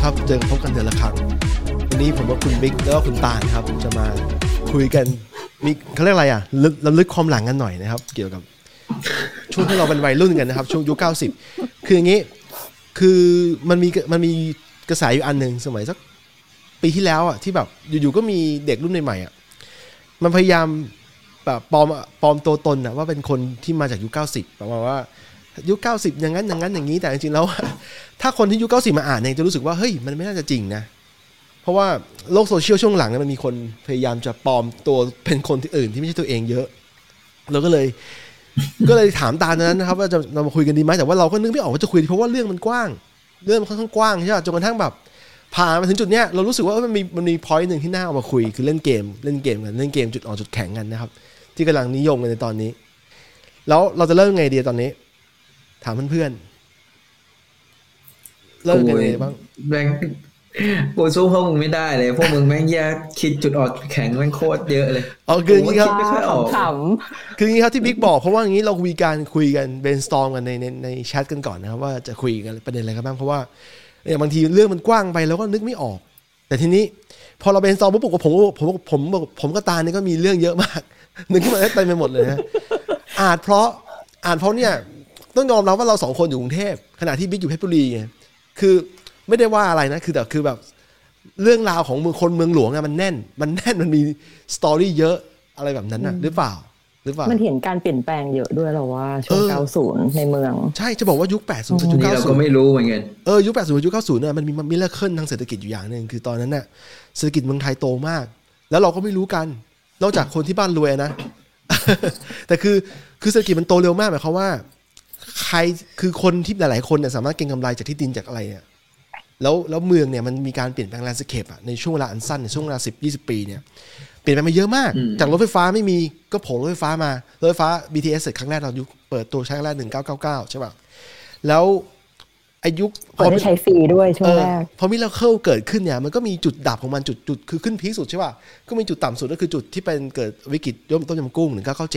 นะครับเจอพบกันเดือนละครั้งวันนี้ผมกับคุณบิ๊กแล้วก็คุณตาลครับจะมาคุยกันมีเขาเรียกอะไรระลึกความหลังกันหน่อยนะครับเกี่ยวกับช่วงที่เราเป็นวัยรุ่นกันนะครับช่วงยุค90คืออย่างนี้คือมันมีกระแสอยู่อันนึงสมัยสักปีที่แล้วอ่ะที่แบบอยู่ๆก็มีเด็กรุ่นใหม่ๆอ่ะมันพยายามแบบปลอมตัวตนนะว่าเป็นคนที่มาจากยุค90ประมาณว่ายุค90อย่างนั้นอย่างนี้แต่จริงๆแล้วถ้าคนที่ยุค90มาอ่านเนี่ยจะรู้สึกว่าเฮ้ยมันไม่น่าจะจริงนะเพราะว่าโลกโซเชียลช่วงหลังมันมีคนพยายามจะปลอมตัวเป็นคนที่อื่นที่ไม่ใช่ตัวเองเยอะเราก็เลยถามตานั้นนะครับว่าเรามาคุยกันดีไหมแต่ว่าเราก็นึกไม่ออกว่าจะคุยเพราะว่าเรื่องมันกว้างเรื่องมันค่อนข้างกว้างใช่ไหมจนกระทั่งแบบผ่านมาถึงจุดเนี้ยเรารู้สึกว่ามันมี point นึงที่น่าเอามาคุยคือเล่นเกมกันเล่นเกมจุดอ่อนจุดแข็งกันนะครับที่กำลังนิยมกันในตอนนี้แล้วเราจะเริ่มไงดีตอนนี้ถามเพื่อนๆเริ่มกันไงบ้างแบงค์กูสู้พวกมึงไม่ได้เลยพวกมึงแม่งแยกคิดจุดอ่อนแข็งแม่งโคตรเยอะเลยคืออย่างนี้ครับคืออย่างนี้ครับที่บิ๊กบอกเพราะว่าอย่างนี้เราคุยกัน brainstorm กันในแชทกันก่อนนะครับว่าจะคุยกันประเด็นอะไรกันบ้างเพราะว่าอย่างบางทีเรื่องมันกว้างไปแล้วก็นึกไม่ออกแต่ทีนี้พอเราbrainstormปุ๊บผมก็ตาเนี่ยก็มีเรื่องเยอะมากนึกขึ้นมาได้เต็มไปหมดเลยนะอ่านเพราะเนี่ยต้องยอมรับว่าเรา2คนอยู่กรุงเทพขณะที่บิ๊กอยู่เพชรบุรีไงคือไม่ได้ว่าอะไรนะคือแต่คือแบบเรื่องราวของเมืองหลวงอะมันแน่นมันมีสตอรี่เยอะอะไรแบบนั้นนะหรือเปล่ามันเห็นการเปลี่ยนแปลงเยอะด้วยหรอว่าช่วง90ในเมืองใช่จะบอกว่ายุค80กับยุค90 เราก็ไม่รู้เหมือนกันยุค80กับยุค90เนี่ยมันมีมิราเคิลทางเศรษฐกิจอยู่อย่างนึงคือตอนนั้นน่ะเศรษฐกิจเมืองไทยโตมากแล้วเราก็ไม่รู้กันนอกจากคนที่บ้านรวยนะ แต่คือเศรษฐกิจมันโตเร็วมากหมายความว่าใครคือคนที่หลายๆคนเนี่ยสามารถเก็งกำไรจากที่ดินจากอะไรเนี่ยแล้วเมืองเนี่ยมันมีการเปลี่ยนแปลงแลนด์สเคปในช่วงเวลาอันสั้นในช่วงเวลา10-20 ปีเนี่ยเปลี่ยนแปลงมาเยอะมากจากรถไฟฟ้าไม่มีก็โผล่รถไฟฟ้ามารถไฟฟ้า BTS เสร็จครั้งแรกเรายุคเปิดตัวใช้ครั้งแรก1999ใช่ป่ะแล้วอายุพอได้ใช้ฟรีด้วยช่วงแรกพอมิราเคิลเกิดขึ้นเนี่ยมันก็มีจุดดับของมันจุดคือขึ้นพีคสุดใช่ป่ะก็มีจุดต่ำสุดก็คือจุดที่เป็นเกิดวิกฤตต้มยำกุ้ง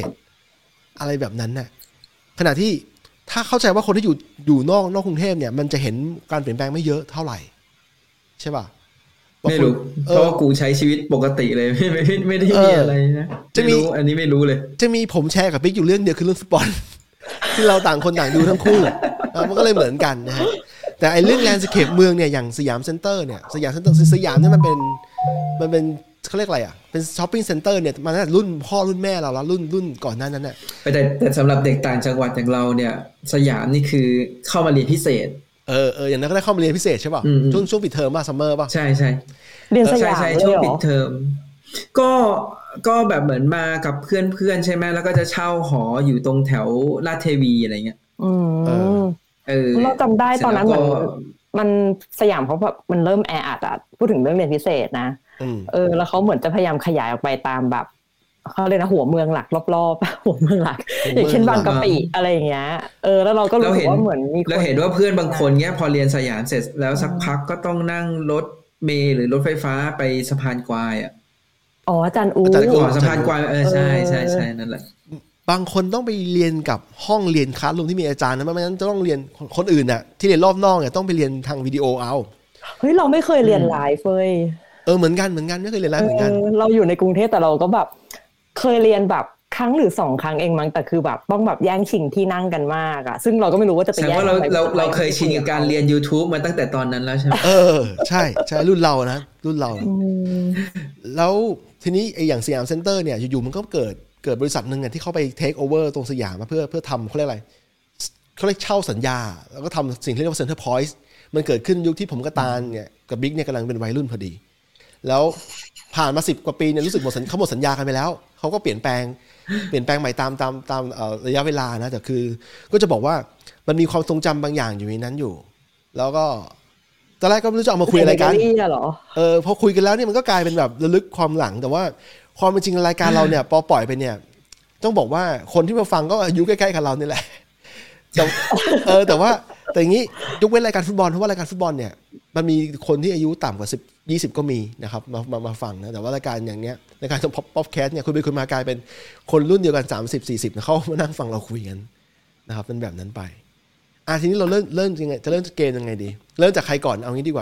1997อะไรแบบนั้นน่ะขณะที่ถ้าเข้าใจว่าคนที่อยู่นอกกรุงเทพเนี่ยมันจะเห็นการเปลี่ยนแปลงไม่เยอะเท่าไหร่ใช่ป่ะไม่รู้เพราะกูใช้ชีวิตปกติเลยไม่ได้มีอะไรนะจะมีอันนี้ไม่รู้เลยจะมีผมแชร์กับบิ๊กอยู่เรื่องเดียวคือเรื่องฟุตบอลที่เราต่างคนต่างดูทั้งคู่มันก็เลยเหมือนกันนะฮะแต่ไอ้เรื่องแลนด์สเคปเมืองเนี่ยอย่างสยามเซ็นเตอร์เนี่ยสยามเนี่ยมันเป็นเขาเรียกอะไรอ่ะเป็นช้อปปิ้งเซ็นเตอร์เนี่ยมาตั้งแต่รุ่นพ่อรุ่นแม่เราแล้วรุ่นก่อนหน้านั้นน่ะแต่สำหรับเด็กต่างจังหวัดอย่างเราเนี่ยสยามนี่คือเข้ามาเรียนพิเศษอย่างนั้นก็ได้เข้ามาเรียนพิเศษใช่ป่ะช่วงปิดเทอมป่ะซัมเมอร์ป่ะใช่เรียนสยามใช่ช่วงปิดเทอมก็แบบเหมือนมากับเพื่อนใช่ไหมแล้วก็จะเช่าหออยู่ตรงแถวลาดเทวีอะไรเงี้ยเราจำได้ตอนนั้นเหมือนมันสยามเขาแบบมันเริ่มแออัดอ่ะพูดถึงเรื่องเรียนพิเศษนะแล้วเขาเหมือนจะพยายามขยายออกไปตามแบบเขาเรียกนะหัวเมืองหลักรอบๆหัวเมืองหลักอย่างเช่นบางกะปิอะไรอย่างเงี้ยแล้วเราก็รู้สึกว่าเหมือนมีเราเห็นว่าเพื่อนบางคนเนี้ยพอเรียนสยามเสร็จแล้วสักพักก็ต้องนั่งรถเมล์หรือรถไฟฟ้าไปสะพานควายอ่ะอาจารย์อูสะพานควายใช่นั่นแหละบางคนต้องไปเรียนกับห้องเรียนคลาสรูมที่มีอาจารย์นะไม่งั้นจะต้องเรียนคนอื่นน่ะที่เรียนรอบนอกเนี่ยต้องไปเรียนทางวิดีโอเอาเฮ้ยเราไม่เคยเรียนไลฟ์เลยเหมือนกันไม่เคยเรียนไลฟ์เหมือนกันเราอยู่ในกรุงเทพแต่เราก็แบบเคยเรียนแบบครั้งหรือ2ครั้งเองมั้งแต่คือแบบต้องแบบแย่งชิงที่นั่งกันมากอ่ะซึ่งเราก็ไม่รู้ว่าจะไปแย่งเราเคยชินกับการเรียน YouTube มาตั้งแต่ตอนนั้นแล้วใช่ไหมใช่รุ่นเรานะรุ่นเราแล้วทีนี้ไอ้อย่างสยามเซ็นเตอร์เนี่ยอยู่ๆมันก็เกิดบริษัทนึงที่เขาไปเทคโอเวอร์ตรงสยามมาเพื่อทำเขาเรียกอะไรเขาเรียกเช่าสัญญาแล้วก็ทำสิ่งที่เรียกว่าเซ็นเตอร์พอยต์มันเกิดขึ้นยุคที่ผมกับตาลเนี่ยกับบิ๊กเนี่ยกำลังเป็นวัยรุ่นพอดีแล้วผ่านมา10 กว่าปีเนี่ยรู้สึกเขาหมดสัญญากันไปแล้วเขาก็เปลี่ยนแปลงใหม่ตามระยะเวลานะแต่คือก็จะบอกว่ามันมีความทรงจำบางอย่างอยู่ในนั้นอยู่แล้วก็ตอนแรกก็ไม่รู้จะเอามาคุยอะไรกันพอคุยกันแล้วเนี่ยมันก็กลายเป็นแบบระลึกความหลังแต่ว่าความเป็นจริงรายการเราเนี่ยพอปล่อยไปเนี่ยต้องบอกว่าคนที่มาฟังก็อายุใกล้ๆกับเรานี่แหละแต่ว่าแต่อย่างนี้ยกเว้นรายการฟุตบอลเพราะว่ารายการฟุตบอลเนี่ยมันมีคนที่อายุต่ำกว่า10-20ก็มีนะครับมาฟังนะแต่ว่ารายการอย่างเนี้ยรายการป๊อปแคสต์เนี่ยคุยไปคุยมากลายเป็นคนรุ่นเดียวกัน30-40นะเขามานั่งฟังเราคุยกันนะครับเป็นแบบนั้นไปทีนี้เราเริ่มยังไงจะเริ่มเกมยังไงดีเริ่มจากใครก่อนเอางี้ดีกว่า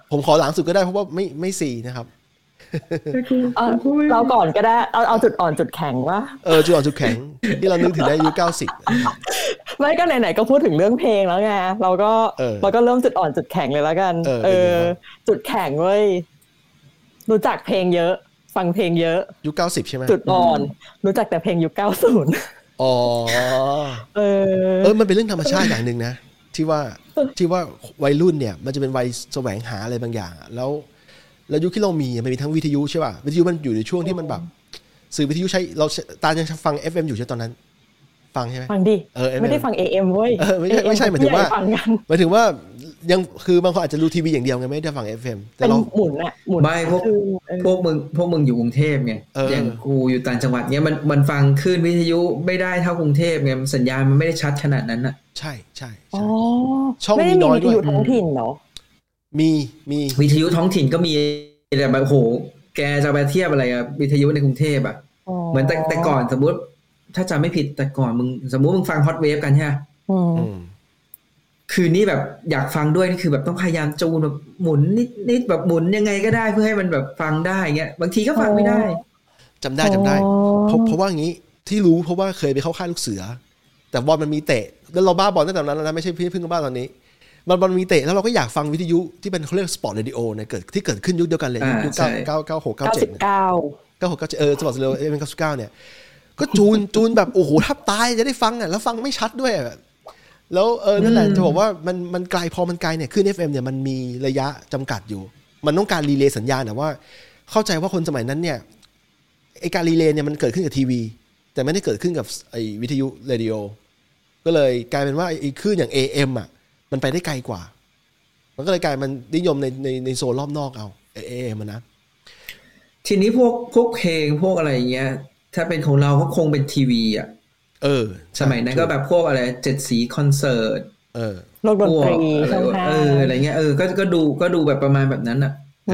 ผมขอหลังสุดก็ได้เพราะว่าไม่4นะครับเราก่อนก็ได้เอาจุดอ่อนจุดแข็งวะจุดอ่อนจุดแข็งที่เรานึกถึงได้อายุ90 ไม่ก็ไหนๆก็พูดถึงเรื่องเพลงแล้วไงเราก็เริ่มจุดอ่อนจุดแข็งเลยแล้วกันจุดแข็งเว้ยรู้จักเพลงเยอะฟังเพลงเยอะยุค90ใช่ไหมจุดอ่อนรู้จักแต่เพลงยุค90 อ๋อมันเป็นเรื่องธรรมชาติอย่างนึงนะที่ว่าวัยรุ่นเนี่ยมันจะเป็นวัยแสวงหาอะไรบางอย่างแล้วยุคที่เรามีมันมีทั้งวิทยุใช่ป่ะวิทยุมันอยู่ในช่วงที่มันแบบสื่อวิทยุใช้เราตายังฟัง FM อยู่ใช่ตอนนั้นฟังใช่ไหมฟังดิไม่ได้ฟัง AM เว้ยไม่ใช่หมายถึงว่ายังคือบางคนอาจจะดูทีวีอย่างเดียวไงไม่ได้ฟัง FM แต่เราหมุนไม่พวกมึงอยู่กรุงเทพไงอย่างกูอยู่ต่างจังหวัดเงี้ยมันฟังคลื่นวิทยุไม่ได้เท่ากรุงเทพไงสัญญาณมันไม่ได้ชัดขนาดนั้นน่ะใช่ช่องมีน้อยด้วยวิทยุท้องถิ่นเหรอมีวิทยุท้องถิ่นก็มีแต่แบบโหแกจะไปเทียบอะไรกับวิทยุในกรุงเทพอ่ะเหมือนแต่ก่อนสมมติถ้าจำไม่ผิดแต่ก่อนสมมติมึงฟังฮอตเวฟกันใช่ไหมคืนนี้แบบอยากฟังด้วยนี่คือแบบต้องพยายามจูนแบบหมุนนิดแบบหมุนยังไงก็ได้เพื่อให้มันแบบฟังได้เงี้ยบางทีก็ฟังไม่ได้จำได้เพราะว่าอย่างนี้ที่รู้เพราะว่าเคยไปเข้าค่ายลูกเสือแต่บอลมันมีเตะแล้วเราบ้าบอลตั้งแต่นั้นแล้วนะไม่ใช่เพิ่งบ้าตอนนี้มันมีเตะแล้วเราก็อยากฟังวิทยุที่เป็นเขาเรียกสปอร์ตเรดิโอเนี่ยที่เกิดขึ้นยุคเดียวกันเลยยุค96 97สปอร์ตเรดิโอเป็น99เนี่ยก็จูนแบบโอ้โหทับตายจะได้ฟังอ่ะแล้วฟังไม่ชัดด้วยแล้วนั่นแหละจะบอกว่ามันไกลพอมันไกลเนี่ยขึ้น FM เนี่ยมันมีระยะจำกัดอยู่มันต้องการรีเลย์สัญญาณแต่ว่าเข้าใจว่าคนสมัยนั้นเนี่ยไอการรีเลย์เนี่ยมันเกิดขึ้นกับทีวีแต่ไม่ได้เกิดขึ้นกับไอวิทยุเรดิโอก็เลยกลายเป็นว่าไอคลื่นอย่าง AM อ่ะมันไปได้ไกลกว่ามันก็เลยกลายมันนิยมในโซนรอบนอกเอาAM นะทีนี้พวกเพลงพวกอะไรเงี้ยถ้าเป็นของเราก็คงเป็นทีวีอ่ะสมัยนั้นก็แบบพวกอะไร7สีคอนเสิร์ตโลกดนตรีอะไรเงี้ยก็ดูแบบประมาณแบบนั้นอ่ะ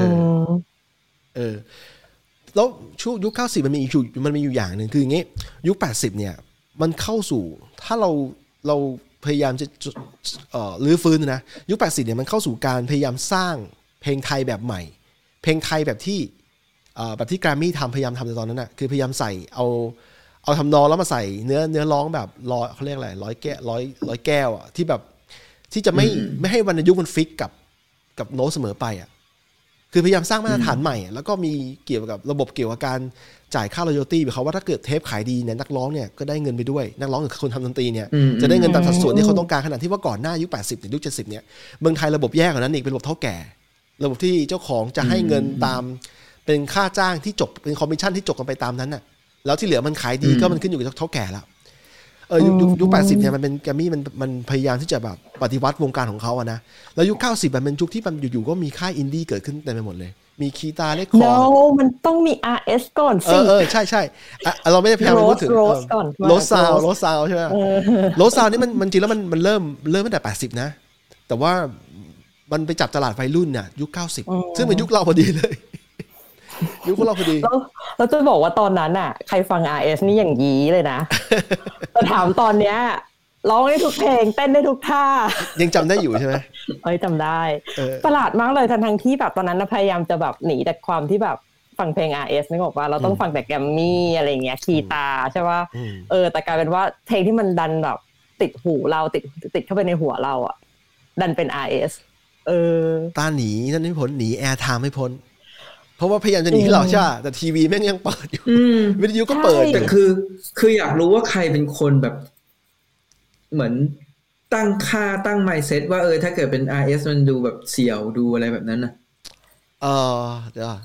แล้วช่วงยุค90มันมีอยู่อย่างนึงคืออย่างงี้ยุค80เนี่ยมันเข้าสู่ถ้าเราพยายามจะรื้อฟื้นนะยุค80เนี่ยมันเข้าสู่การพยายามสร้างเพลงไทยแบบใหม่เพลงไทยแบบที่แกรมมี่พยายามทำในตอนนั้นน่ะคือพยายามใส่เอาทำนองแล้วมาใส่เนื้อร้องแบบเขาเรียกอะไรร้อยแก้วอ่ะที่แบบที่จะไม่ให้วรรณยุกต์มันฟิกกับโน้ตเสมอไปอ่ะคือพยายามสร้างมาตรฐานใหม่แล้วก็มีเกี่ยวกับระบบเกี่ยวกับการจ่ายค่ารอยยัลตี้แบบเขาว่าถ้าเกิดเทปขายดีเนี่ยนักร้องเนี่ยก็ได้เงินไปด้วยนักร้องหรือคนทำดนตรีเนี่ยจะได้เงินตามสัดส่วนที่เขาต้องการขณะที่ว่าก่อนหน้ายุค80ถึงยุค70เนี่ยเมืองไทยระบบแย่กว่านั้นอีกเป็นระบบเท่าแก่ระบบที่เจ้าของจะให้เงินตามเป็นค่าจ้างที่จบเป็นคอมมิชชั่นที่จบกันไปตามนั้นน่ะแล้วที่เหลือมันขายดีก็มันขึ้นอยู่กับเท่าแก่ละยุค80เนี่ยมันเป็นแกรมมี่มันพยายามที่จะแบบปฏิวัติวงการของเขาอะนะแล้วยุค90มันเป็นยุคที่มันอยู่ๆก็มีค่ายอินดี้เกิดขึ้นเต็มไปหมดเลยมีคีตาเรคคอร์ดมันต้องมี RS ก่อนสิใช่เราไม่ได้พยายามพูดถึงโรสซาวใช่ไหมโรสซาวนี่มันจริงแล้วมันเริ่มตั้งแต่80นะแต่ว่ามันไปจับตลาดวัยรุ่นน่ะยุค90ซึ่งเป็นยุคเราพอดีเลยยุคเราพอดีแล้วจะบอกว่าตอนนั้นน่ะใครฟัง RS นี่อย่างยี้เลยนะแต่ถามตอนเนี้ยร้องได้ทุกเพลงเต้นได้ทุกท่ายังจำได้อยู่ใช่ไหมจำได้ประหลาดมากเลยทั้งที่แบบตอนนั้นพยายามจะแบบหนีแต่ความที่แบบฟังเพลง RS นึกออกว่าเราต้องฟังแต่แกรมมี่อะไรเงี้ยคีตาใช่ป่ะแต่กลายเป็นว่าเพลงที่มันดันแบบติดหูเราติดเข้าไปในหัวเราอ่ะดันเป็น RS ตาหนีนั่นไม่พ้นหนีแอร์ไทม์ไม่พ้นเพราะว่าพยายามจะหนีให้เราใช่แต่ทีวีแม่งยังเปิดอยู่วิทยุก็เปิดแต่คืออยากรู้ว่าใครเป็นคนแบบเหมือนตั้ง mindset ว่าถ้าเกิดเป็น RS มันดูแบบเสี่ยวดูอะไรแบบนั้นนะเดี๋ยว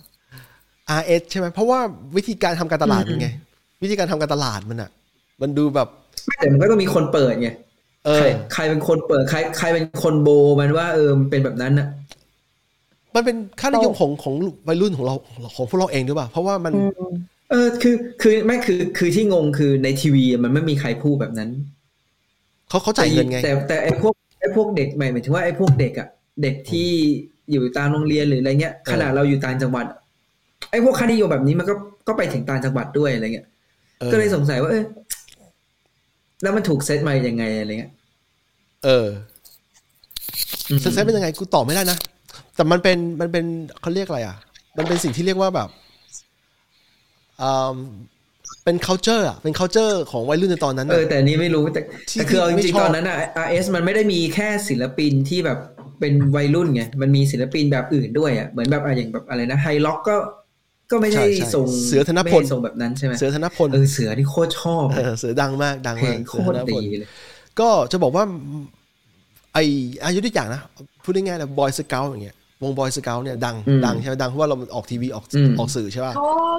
RS ใช่ไหมเพราะว่าวิธีการทำการตลาดมันไงวิธีการทำการตลาดมันอ่ะมันดูแบบแต่มันก็ต้องมีคนเปิดไงใครเป็นคนเปิดใครเป็นคนโบมันว่ามันเป็นแบบนั้นน่ะมันเป็นค่านิยมของวัยรุ่นของเราของพวกเราเองด้วยป่ะเพราะว่ามันคือไม่คือที่งงคือในทีวีมันไม่มีใครพูดแบบนั้นเขาจ่ายเงินไงแต่ไอ้พวกเด็กหมายถึงว่าไอ้พวกเด็กอ่ะเด็กที่อยู่ตามโรงเรียนหรืออะไรเงี้ยขนาดเราอยู่ต่างจังหวัดไอ้พวกค่านิยมแบบนี้มันก็ไปถึงต่างจังหวัดด้วยอะไรเงี้ยก็เลยสงสัยว่าแล้วมันถูกเซตมายังไงอะไรเงี้ยเซตเป็นยังไงกูตอบไม่ได้นะแต่มันเป็นเขาเรียกอะไรอ่ะมันเป็นสิ่งที่เรียกว่าแบบเป็น culture อ่ะเป็น culture ของวัยรุ่นในตอนนั้นแต่นี้ไม่รู้แต่คือจริงๆตอนนั้นอ่ะ RS มันไม่ได้มีแค่ศิลปินที่แบบเป็นวัยรุ่นไงมันมีศิลปินแบบอื่นด้วยอ่ะเหมือนแบบอย่างแบบอะไรนะไฮล็อกก็ไม่ได้ส่งเสือธนพลส่งแบบนั้นใช่ไหมเสือธนพลเสือนี่โคตรชอบเสือดังมากโคตรดีเลยก็จะบอกว่าอายุทุกอย่างนะพูดง่ายๆนะบอยสเกาต์อย่างเงี้ยวงบอยสเกาต์เนี่ยดังใช่ไหมดังเพราะว่าเราออกทีวีออกสื่อใช่ป่ะ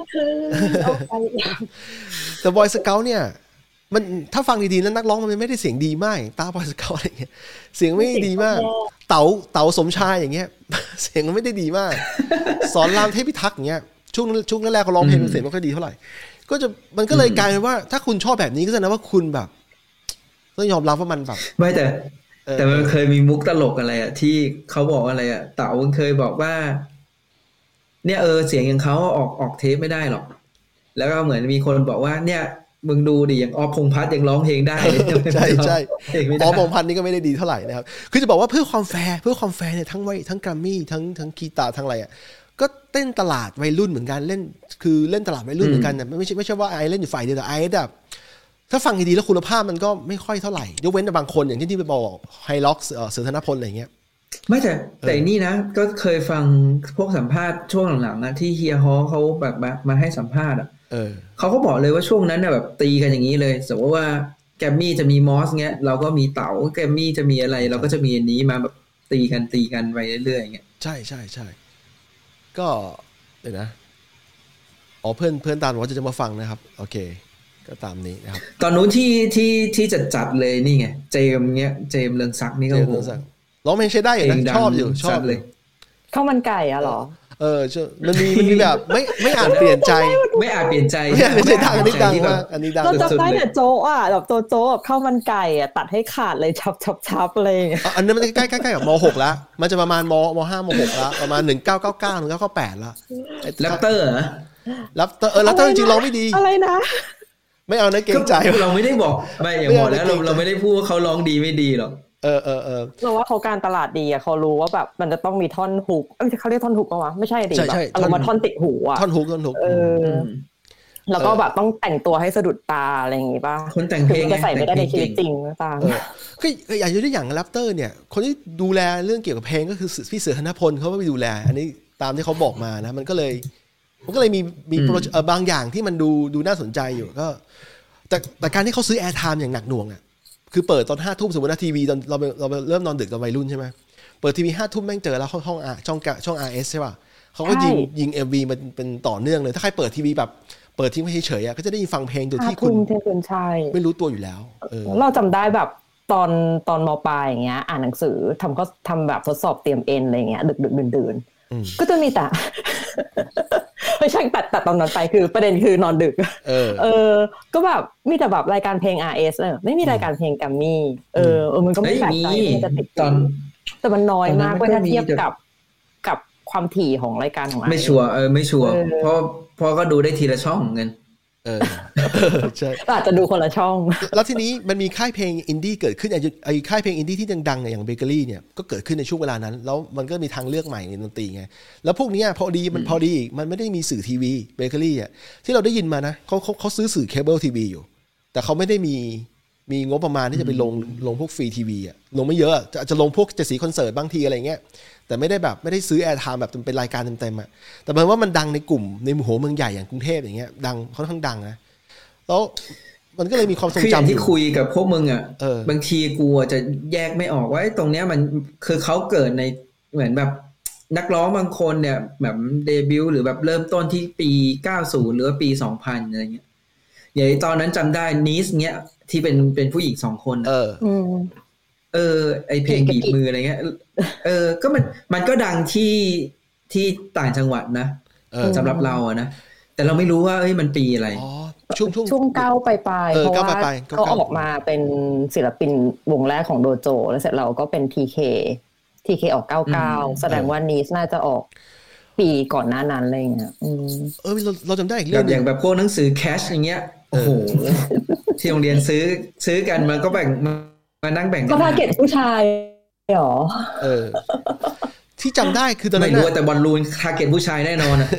แต่บอยสเกาต์เนี่ยมันถ้าฟังดีๆนั้นนักร้องมันไม่ได้เสียงดีมากตาบอยสเกาต์อะไรเงี้ยเสียงไม่ดีมากเต๋าสมชายอย่างเงี้ยเสียงมันไม่ได้ดีมากสอนรามเทพิทักษ์อย่างเงี้ยช่วงแรกเขาร้องเพลงเสียงไม่ค่อยดีเท่าไหร่มันก็เลยกลายเป็นว่าถ้าคุณชอบแบบนี้ก็แสดงว่าคุณแบบต้องยอมรับว่ามันแบบไม่แต่มันเคยมีมุกตลกอะไรอ่ะที่เขาบอกอะไรอ่ะเต๋ามันเคยบอกว่าเนี่ยเสียงอย่างเขาออกเทปไม่ได้หรอกแล้วก็เหมือนมีคนบอกว่าเนี่ยมึงดูดิอย่างออฟพงษ์พัฒน์ยังร้องเพลงได้ใช่ใช่ออฟพงษ์พัฒน์นี่ก็ไม่ได้ดีเท่าไหร่นะครับคือจะบอกว่าเพื่อความแฟร์เนี่ยทั้งแกรมมี่ทั้งคีตาทั้งอะไรอ่ะก็เต้นตลาดวัยรุ่นเหมือนกันเล่นตลาดวัยรุ่นเหมือนกันนะไม่ใช่ว่าไอเล่นอยู่ฝ่ายเดียวแต่ไอแบบถ้าฟังดีๆแล้วคุณภาพมันก็ไม่ค่อยเท่าไหร่ยกเว้นแต่บางคนอย่างที่ไปบอกไฮล็อกเสือธนพลอะไรเงี้ยไม่แต่นี่นะก็เคยฟังพวกสัมภาษณ์ช่วงหลังๆนะที่เฮียฮอเขาแบบมาให้สัมภาษณ์อ่ะเขาก็บอกเลยว่าช่วงนั้นน่ะแบบตีกันอย่างนี้เลยสมมติว่าแกมมี่จะมีมอสเงี้ยเราก็มีเต๋าแกมมี่จะมีอะไรเราก็จะมีอันนี้มาแบบตีกันไปเรื่อยๆอย่างเงี้ยใช่ก็เดี๋ยวนะเพื่อนตามว่าจะมาฟังนะครับโอเคก็ตามนี้นะครับตอนนู้นที่จัดเลยนี่ไงเจมเรืองศักดิ์นี่ก็โหร้องเพลงใช้ได้อยู่นะชอบเลยข้าวมันไก่อะหรอมันมีแบบไม่อาจเปลี่ยนใจไม่อาจเปลี่ยนใจดังอันนี้ดังมากอันนี้ดังเราจำได้แต่โจ๊ะอะแบบโจ๊ะแบบข้าวมันไก่อะตัดให้ขาดเลยชับอะไรอย่างเงี้ยอันนั้นมันใกล้กับม.6 แล้วมันจะประมาณม.5 ม.6 แล้วประมาณ1999 1998แล้วแรปเตอร์แรปเตอร์จริงๆร้องไม่ดีอะไรนะไม่เอานะเกรงใจเราไม่ได้บอกไม่อย่างบอกแล้วเราไม่ได้พูดว่าเขาร้องดีไม่ดีหรอกเราว่าเขาการตลาดดีอะเขารู้ว่าแบบมันจะต้องมีท่อนฮุกเขาเรียกท่อนฮุกป่ะวะไม่ใช่ดิแบบเอามาท่อนติดหูอะท่อนฮุกแล้วก็แบบต้องแต่งตัวให้สะดุดตาอะไรอย่างงี้ป่ะคนแต่งเพลงจะใส่ไม่ได้ในชีวิตจริงตามก็อย่างอยู่ที่อย่างแรปเตอร์เนี่ยคนที่ดูแลเรื่องเกี่ยวกับเพลงก็คือพี่เสือธนพลเขาไปดูแลอันนี้ตามที่เขาบอกมานะมันก็เลยมีบางอย่างที่มันดูน่าสนใจอยู่ก็แต่การที่เขาซื้อแอร์ไทม์อย่างหนักหน่วงอ่ะคือเปิดตอน 5 ทุ่มสมมุตินะทีวีตอนเราเริ่มนอนดึกตอนวัยรุ่นใช่ไหมเปิดทีวี 5 ทุ่มแม่งเจอแล้วช่อง RS ใช่ป่ะเขาก็ยิง MV มันเป็นต่อเนื่องเลยถ้าใครเปิดทีวีแบบเปิดทิ้งไว้เฉยๆก็จะได้ยินฟังเพลงโดยที่คุณไม่รู้ตัวอยู่แล้วเราจำได้แบบตอนม.ปลายอย่างเงี้ยอ่านหนังสือทำแบบทดสอบเตรียมเอ็นอะไรเงี้ยดึกดื่นก็จะมีแต่ไม่ใช่แต่ตอนนั้นไปคือประเด็นคือนอนดึกก็แบบมีแต่แบบรายการเพลง RS ไม่มีรายการเพลงแกรมมี่มันก็ไม่แปลกใจมันจะติดตอนแต่มันน้อยมากเมื่อเทียบกับความถี่ของรายการของ RS ไม่ชัวร์ไม่ชัวร์เพราะก็ดูได้ทีละช่องเงินใช่อาจจะดูคนละช่องแล้วทีนี้มันมีค่ายเพลงอินดี้เกิดขึ้นไอ้ค่ายเพลงอินดี้ที่ดังๆอย่างเบเกอรี่เนี่ยก็เกิดขึ้นในช่วงเวลานั้นแล้วมันก็มีทางเลือกใหม่ในดนตรีไงแล้วพวกนี้พอดีมันไม่ได้มีสื่อทีวีเบเกอรี่อ่ะที่เราได้ยินมานะเขาซื้อสื่อเคเบิลทีวีอยู่แต่เขาไม่ได้มีงบประมาณที่จะไปลงพวกฟรีทีวีอ่ะลงไม่เยอะจะลงพวกจะสีคอนเสิร์ตบางทีอะไรเงี้ยแต่ไม่ได้ซื้อแอร์ไทม์แบบเป็นรายการเต็มๆอ่ะแต่หมายว่ามันดังในกลุ่มในหัวเมืองใหญ่อย่างกรุงเทพอย่างเงี้ยดังค่อนข้างดังนะแล้วมันก็เลยมีความทรงจำที่คุยกับพวกมึงอ่ะบางทีกูจะแยกไม่ออกว่าตรงเนี้ยมันคือเขาเกิดในเหมือนแบบนักร้องบางคนเนี่ยแบบเดบิวต์หรือแบบเริ่มต้นที่ปี90หรือว่าปี2000อะไรเงี้ยอย่างตอนนั้นจำได้นีสเงี้ยที่เป็นผู้หญิง2คนไอเพลงบีบมืออะไรเงี้ยก็มันก็ดังที่ต่างจังหวัดนะสำหรับเราอะนะแต่เราไม่รู้ว่ามันปีอะไรช่วง9ไปเพราะว่าเขาออกมาเป็นศิลปินวงแรกของโดโจแล้วเสร็จเราก็เป็น TK ออก99แสดงว่านีสน่าจะออกปีก่อนหน้านั้นอะไรเงี้ยเราจำได้อีกเรื่องอย่างแบบพวกหนังสือแคชอย่างเงี้ยโอ้โหที่โรงเรียนซื้อกันมันก็แบ่งมานั่งแบ่งก็ทาร์เก็ตผู้ชายเหรอที่จำได้คือตอนนั้นไม่รู้แต่บอลลูนทาร์เก็ตผู้ชายแน่นอนอ่ะ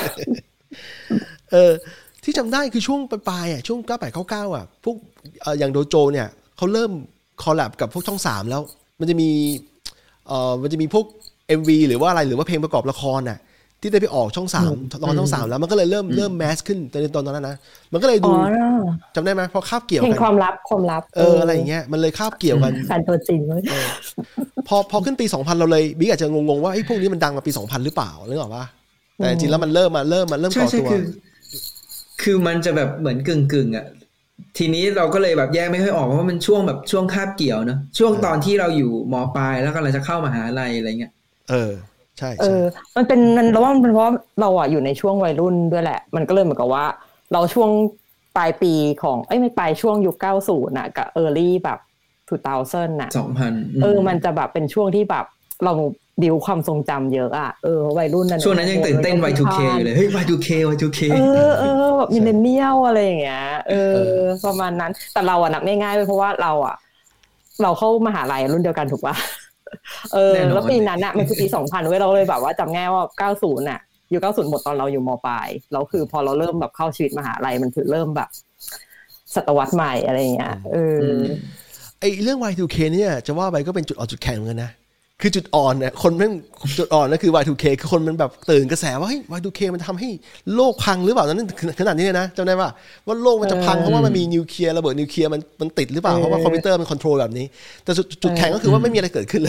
ที่จำได้คือช่วงปลายอ่ะช่วง98-99อ่ะพวกอย่างโดโจเนี่ยเขาเริ่มคอลแลบกับพวกช่อง3แล้วมันจะมีพวก MV หรือว่าอะไรหรือว่าเพลงประกอบละครน่ะที่ได้ไปออกช่อง3ละครช่อง3แล้วมันก็เลยเริ่มแมสขึ้นตอนนั้นนะมันก็เลยดูจำได้ไหมพอคาบเกี่ยวกันความลับอะไรอย่างเงี้ยมันเลยคาบเกี่ยวกันแฟนตัวจริงเลยพอขึ้นปี2000เราเลยบิ๊กอาจจะงงๆว่าไอ้พวกนี้มันดังมาปี2000หรือเปล่านึกออกป่ะแต่จริงแล้วมันเริ่มก่อตัวคือมันจะแบบเหมือนกึ่งอ่ะทีนี้เราก็เลยแบบแยกไม่ค่อยออกว่ามันช่วงแบบช่วงคาบเกี่ยวเนอะช่วงตอนที่เราอยู่ม.ปลายแล้วกำลังจะเข้ามหาลัยอะไรเงี้ยใช่มันระว่ามันเพราะเราอ่ะอยู่ในช่วงวัยรุ่นด้วยแหละมันก็เลยเหมือนกับว่าเราช่วงปลายปีของไม่ปลายช่วงยุค90น่ะกับ early แบบ2000น่ะ 2000 มันจะแบบเป็นช่วงที่แบบเราดิวความทรงจำเยอะอ่ะวัยรุ่นนั้นช่วงนั้นยังตื่นเต้น Y2K อยู่เลยเฮ้ย Y2K แบบมิลเลนเนียลอะไรอย่างเงี้ยประมาณนั้นแต่เราอ่ะนับง่ายๆเลยเพราะว่าเราเข้ามหาลัยรุ่นเดียวกันถูกป่ะแล้วปีนั้นน่ะมันคือปี2000เว้ยเราเลยแบบว่าจำง่ายว่า90น่ะอยู่90หมดตอนเราอยู่ม.ปลายแล้วคือพอเราเริ่มแบบเข้าชีวิตมหาลัยมันคือเริ่มแบบศตวรรษใหม่อะไรอย่างเงี้ยไอเรื่อง Y2K เนี่ยจะว่าไปก็เป็นจุดอ่อนจุดแข็งเหมือนกันนะคือจุดอ่อนเนี่ยคนแม่งจุดอ่อนนั่นคือ Y2K คือคนมันแบบตื่นกระแสว่าเฮ้ย Y2K มันทำให้โลกพังหรือเปล่านั่นขนาดนี้เลยนะจำได้ป่ะว่าโลกมันจะพังเพราะว่ามันมีนิวเคลียร์ระเบิดนิวเคลียร์มันติดหรือเปล่าเพราะว่าคอมพิวเตอร์มันคอนโทรลแบบนี้แต่จุดแข็งก็คือว่าไม่มีอะไรเกิดขึ้นเลย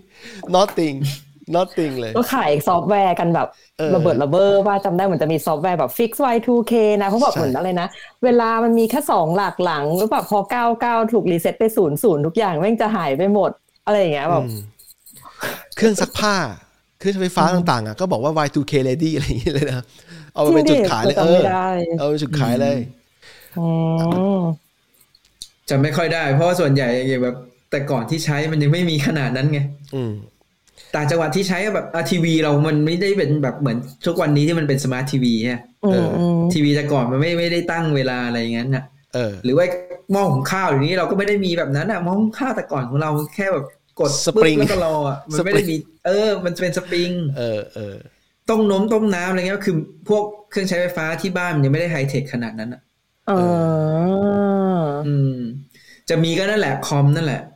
nothing เลยก็ขายซอฟต์แวร์กันแบบระเบิดระเบ้อว่าจำได้เหมือนจะมีซอฟต์แวร์แบบ fix Y2K นะเพราะแบบเหมือนอะไรนะเวลามันมีแค่2หลักหลังแล้วแบบพอ99ถูกรีเซ็ตไป00ทุกอย่างแม่งจะหายไปหมดอะไรอย่างเงี้ยแบบเครื่องซักผ้าเครื่องใช้ไฟฟ้าต่างๆอ่ะก็บอกว่า Y2K ready อะไรอย่างเงี้ยเลยนะเอาไปเป็นจุดขายเลยเอาเป็นจุดขายเลยจะไม่ค่อยได้เพราะว่าส่วนใหญ่อย่างแบบแต่ก่อนที่ใช้มันยังไม่มีขนาดนั้นไงต่างจังหวัดที่ใช้แบบทีวีเรามันไม่ได้เป็นแบบเหมือนทุกวันนี้ที่มันเป็นสมาร์ททีวีใช่ทีวีแต่ก่อนมันไม่ได้ตั้งเวลาอะไรอย่างนั้นน่ะหรือว่าหม้อหุงข้าวอย่างนี้เราก็ไม่ได้มีแบบนั้นอ่ะหม้อหุงข้าวแต่ก่อนของเราแค่แบบกดสปริงแล้วก็รออ่ะมันไม่ได้มีมันจะเป็นสปริงต้มน้ำอะไรเงี้ยคือพวกเครื่องใช้ไฟฟ้าที่บ้านมันยังไม่ได้ไฮเทคขนาดนั้นอ่ะจะมีก็นั่นแหละคอมนั่นแหละ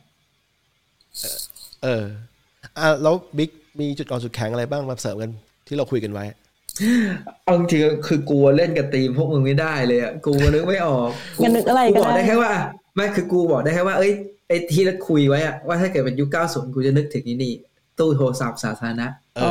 แล้วบิ๊กมีจุดอ่อนจุดแข็งอะไรบ้างมาเสริมกันที่เราคุยกันไว้เอาจริงคือกลัวเล่นกับทีมพวกมึงไม่ได้เลยอ่ะกูนึกไม่ออกงั้นนึกอะไรก็ได้บอกได้แค่ว่าไม่คือกูบอกได้แค่ว่าไอ้ที่เราคุยไว้อะว่าถ้าเกิดเป็นยุค90กูจะนึกถึงนี่ตู้โทรศัพท์สาธารณะ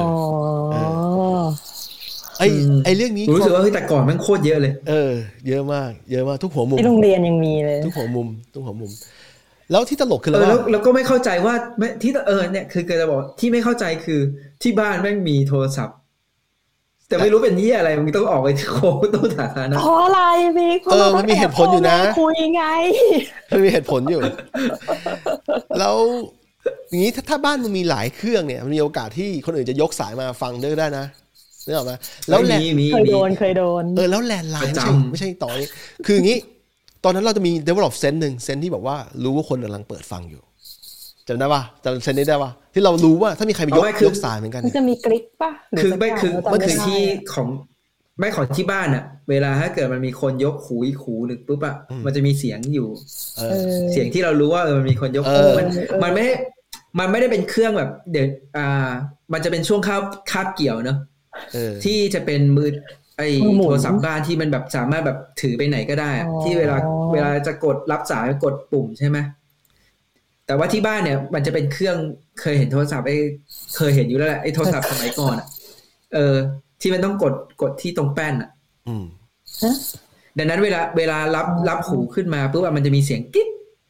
ไอเรื่องนี้รู้สึกว่าแต่ก่อนมันโคตรเยอะเลยเยอะมากทุกหัวมุมที่โรงเรียนยังมีเลยทุกหัวมุมแล้วที่ตลกคือแล้วก็ไม่เข้าใจว่าที่เนี่ยคือจะบอกที่ไม่เข้าใจคือที่บ้านแม่งมีโทรศัพท์แต่ไม่รู้เป็นที่อะไรมึงต้องออกไปโค้ดตู้สาธารณะเพราะอะไรบิ๊กมันมีเหตุผลอยู่นะคุยไงมันมีเหตุผลอยู่แล้วอย่างนี้ถ้าบ้านมึงมีหลายเครื่องเนี่ยมันมีโอกาสที่คนอื่นจะยกสายมาฟังได้นะนึกออกไหมแล้วเคยโดนแล้วแลนด์ไลน์ไม่ใช่ต่อนี้คืออย่างนี้ตอนนั้นเราจะมี develop sense นึงเซนที่บอกว่ารู้ว่าคนกำลังเปิดฟังอยู่จำได้ป่ะจำเซนนี้ได้ป่ะที่เรารู้ว่าถ้ามีใครมายกสายเหมือนกันมันจะมีกริ๊กป่ะคือที่ของที่บ้านอ่ะเวลาถ้าเกิดมันมีคนยกหูอีกหูหรือปุ๊บอ่ะมันจะมีเสียงอยู่เสียงที่เรารู้ว่ามันมีคนยกหูมันไม่ได้เป็นเครื่องแบบเดี๋ยวมันจะเป็นช่วงคาบเกี่ยวเนอะที่จะเป็นมือไอ้โทรศัพท์บ้านที่มันแบบสามารถแบบถือไปไหนก็ได้ที่เวลาจะกดรับสายกดปุ่มใช่ไหมแต่ว่าที่บ้านเนี่ยมันจะเป็นเครื่องเคยเห็นโทรศัพท์เคยเห็นอยู่แล้วแหละไอ้โทรศัพท์สมัยก่อนที่มันต้องกดที่ตรงแป้นดังนั้นเวลารับหูขึ้นมาปุ๊บมันจะมีเสียงกิ๊ก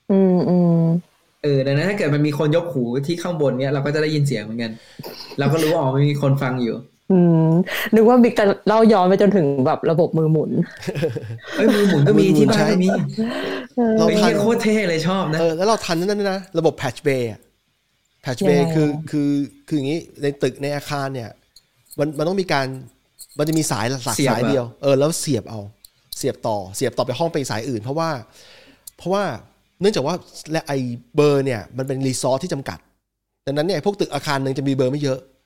ดังนั้นถ้าเกิดมันมีคนยกหูที่ข้างบนเนี้ยเราก็จะได้ยินเสียงเหมือนกันเราก็รู้ว่ามันมีคนฟังอยู่นึกว่าบิ๊กจะเล่าย้อนไปจนถึงแบบระบบมือหมุนมือหมุนก็มีที่บ้านก็มีเราทันโคตรเท่เลยชอบนะแล้วเราทันนั่นนะระบบ patch bay patch bay คืออย่างนี้ในตึกในอาคารเนี่ยมันต้องมีการมันจะมีสายหลักสายเดียวแล้วเสียบต่อไปห้องไปสายอื่นเพราะว่าเนื่องจากว่าไอ้เบอร์เนี่ยมันเป็นรีซอสที่จำกัดดังนั้นเนี่ยพวกตึกอาคารนึงจะมีเบอร์ไม่เยอะ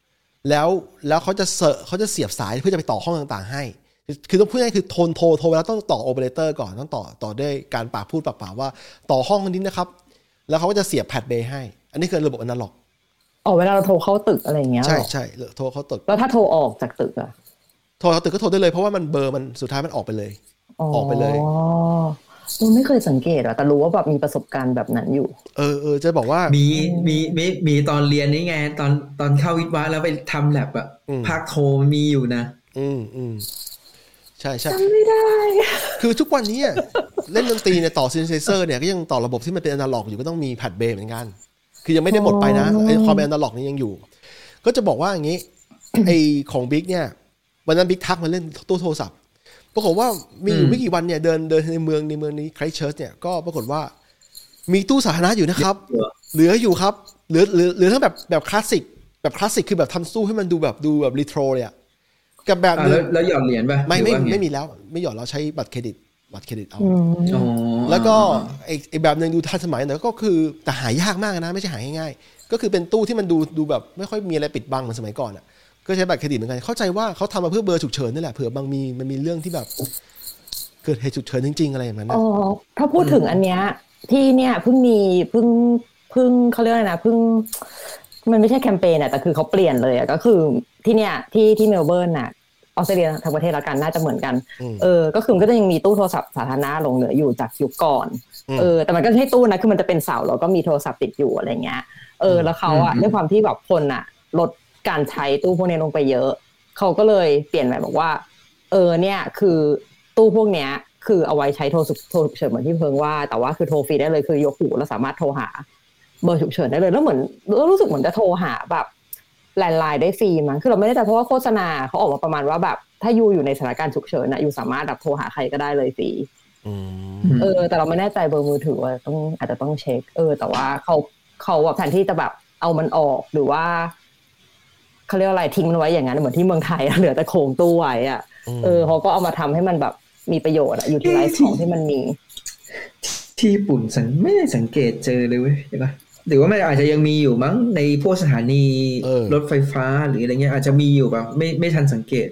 แล้วเขาจะเสียบสายเพื่อจะไปต่อห้องต่างๆให้คือต้องพูดง่ายคือโทรแล้วต้องต่อโอเปอเรเตอร์ก่อนต้องต่อด้วยการปากพูดปากเปล่าว่าต่อห้องนี้นะครับแล้วเขาก็จะเสียบแพดเบย์ให้อันนี้คือระบบอนาล็อกเวลาเราโทรเข้าตึกอะไรอย่างเงี้ยใช่โทรเข้าตึกแล้วถ้าโทรออกจากตึกอะโทรเข้าตึกก็โทรได้เลยเพราะว่ามันเบอร์มันสุดท้ายมันออกไปเลยออกไปเลยไม่เคยสังเกตแต่รู้ว่าแบบมีประสบการณ์แบบนั้นอยู่จะบอกว่ามีตอนเรียนนี่ไงตอนเข้าวิทย์วะแล้วไปทำแลบอะภาคโทมีอยู่นะใช่จำไม่ได้คือทุกวันนี้เล่นดนตรีเนี่ยต่อซินเซเซอร์เนี่ยก็ยังต่อระบบที่มันเป็นอนาล็อกอยู่ก็ต้องมีแพดเบย์เหมือนกันคือยังไม่ได้หมดไปนะไอ้ความเป็นอนาล็อกนี่ยังอยู่ก็จะบอกว่าอย่างนี้ไอ้ของบิ๊กเนี่ยวันนั้นบิ๊กทักมาเล่นตู้โทรศัพท์ปรากฏว่ามีอยู่ไม่กี่วันเนี่ยเดินในเมืองนี้ไครสต์เชิร์ชเนี่ยก็ปรากฏว่ามีตู้สาธารณะอยู่นะครับเหลืออยู่ครับเหลือทั้งแบบคลาสสิกคือแบบทำตู้ให้มันดูแบบรีโทรเลยอะกับแบบแล้วหยอดเหรียญป่ะไม่มีแล้วไม่หยอดแล้วใช้บัตรเครดิตเอาแล้วก็ไอ้แบบนึงดูทันสมัยแต่ก็คือแต่หายากมากนะไม่ใช่หาง่ายๆก็คือเป็นตู้ที่มันดูแบบไม่ค่อยมีอะไรปิดบังเหมือนสมัยก่อนอ่ะก็ใช้บัตรเครดิตเหมือนกันเข้าใจว่าเขาทำมาเพื่อเบอร์ฉุกเฉินนี่แหละเผื่อบางมันมีเรื่องที่แบบเกิดเหตุฉุกเฉินจริงๆอะไรอย่างนั้นนะถ้าพูดถึงอันเนี้ยที่เนี่ยเพิ่งเขาเรียกอะไรนะเพิ่งมันไม่ใช่แคมเปญแต่คือเขาเปลี่ยนเลยก็คือที่เนี่ยที่เมลเบิร์นน่ะออสเตรเลียทั้งประเทศแล้วกันน่าจะเหมือนกันก็คือมันก็จะยังมีตู้โทรศัพท์สาธารณะหลงเหลืออยู่จากยุคก่อนแต่มันก็ไม่ใช่ตู้นะคือมันจะเป็นเสาแล้วก็มีโทรศัพท์ติดอยู่อะไรเงี้ยแล้วเขาด้วยความที่แบบคนลดการใช้ตู้พวกนี้ลงไปเยอะเขาก็เลยเปลี่ยนใหม่บอกว่าเนี่ยคือตู้พวกเนี้ยคือเอาไว้ใช้โทรฉุกเฉินเหมือนที่เพิ่งว่าแต่ว่าคือโทรฟรีได้เลยคือยกหูแล้วสามารถโทรหาเบอร์ฉุกเฉินได้เลยแล้วเหมือนรู้สึกเหมือนจะโทรหาแบบแลนด์ไลน์ได้ฟรีมั้งคือเราไม่ได้แต่เพราะว่าโฆษณาเขาออกมาประมาณว่าแบบถ้าอยู่ในสถานการณ์ฉุกเฉินอยู่สามารถแบบโทรหาใครก็ได้เลยฟรีแต่เราไม่แน่ใจเบอร์มือถือว่าอาจจะต้องเช็คแต่ว่าเขาแบบแทนที่จะแบบเอามันออกหรือว่าเขาเรียกอะไรทิ้งมันไว้อย่างนั้นเหมือนที่เมืองไทยเหลือแต่โครงตู้ไว้เขาก็เอามาทำให้มันแบบมีประโยชน์อยู่ที่ไลฟ์ของที่มันมีที่ญี่ปุ่นไม่ได้สังเกตเจอเลยเว้ยใช่ปะหรือว่ามันอาจจะยังมีอยู่มั้งในพวกสถานีรถไฟฟ้าหรืออะไรเงี้ยอาจจะมีอยู่แบบไม่ทันสังเกต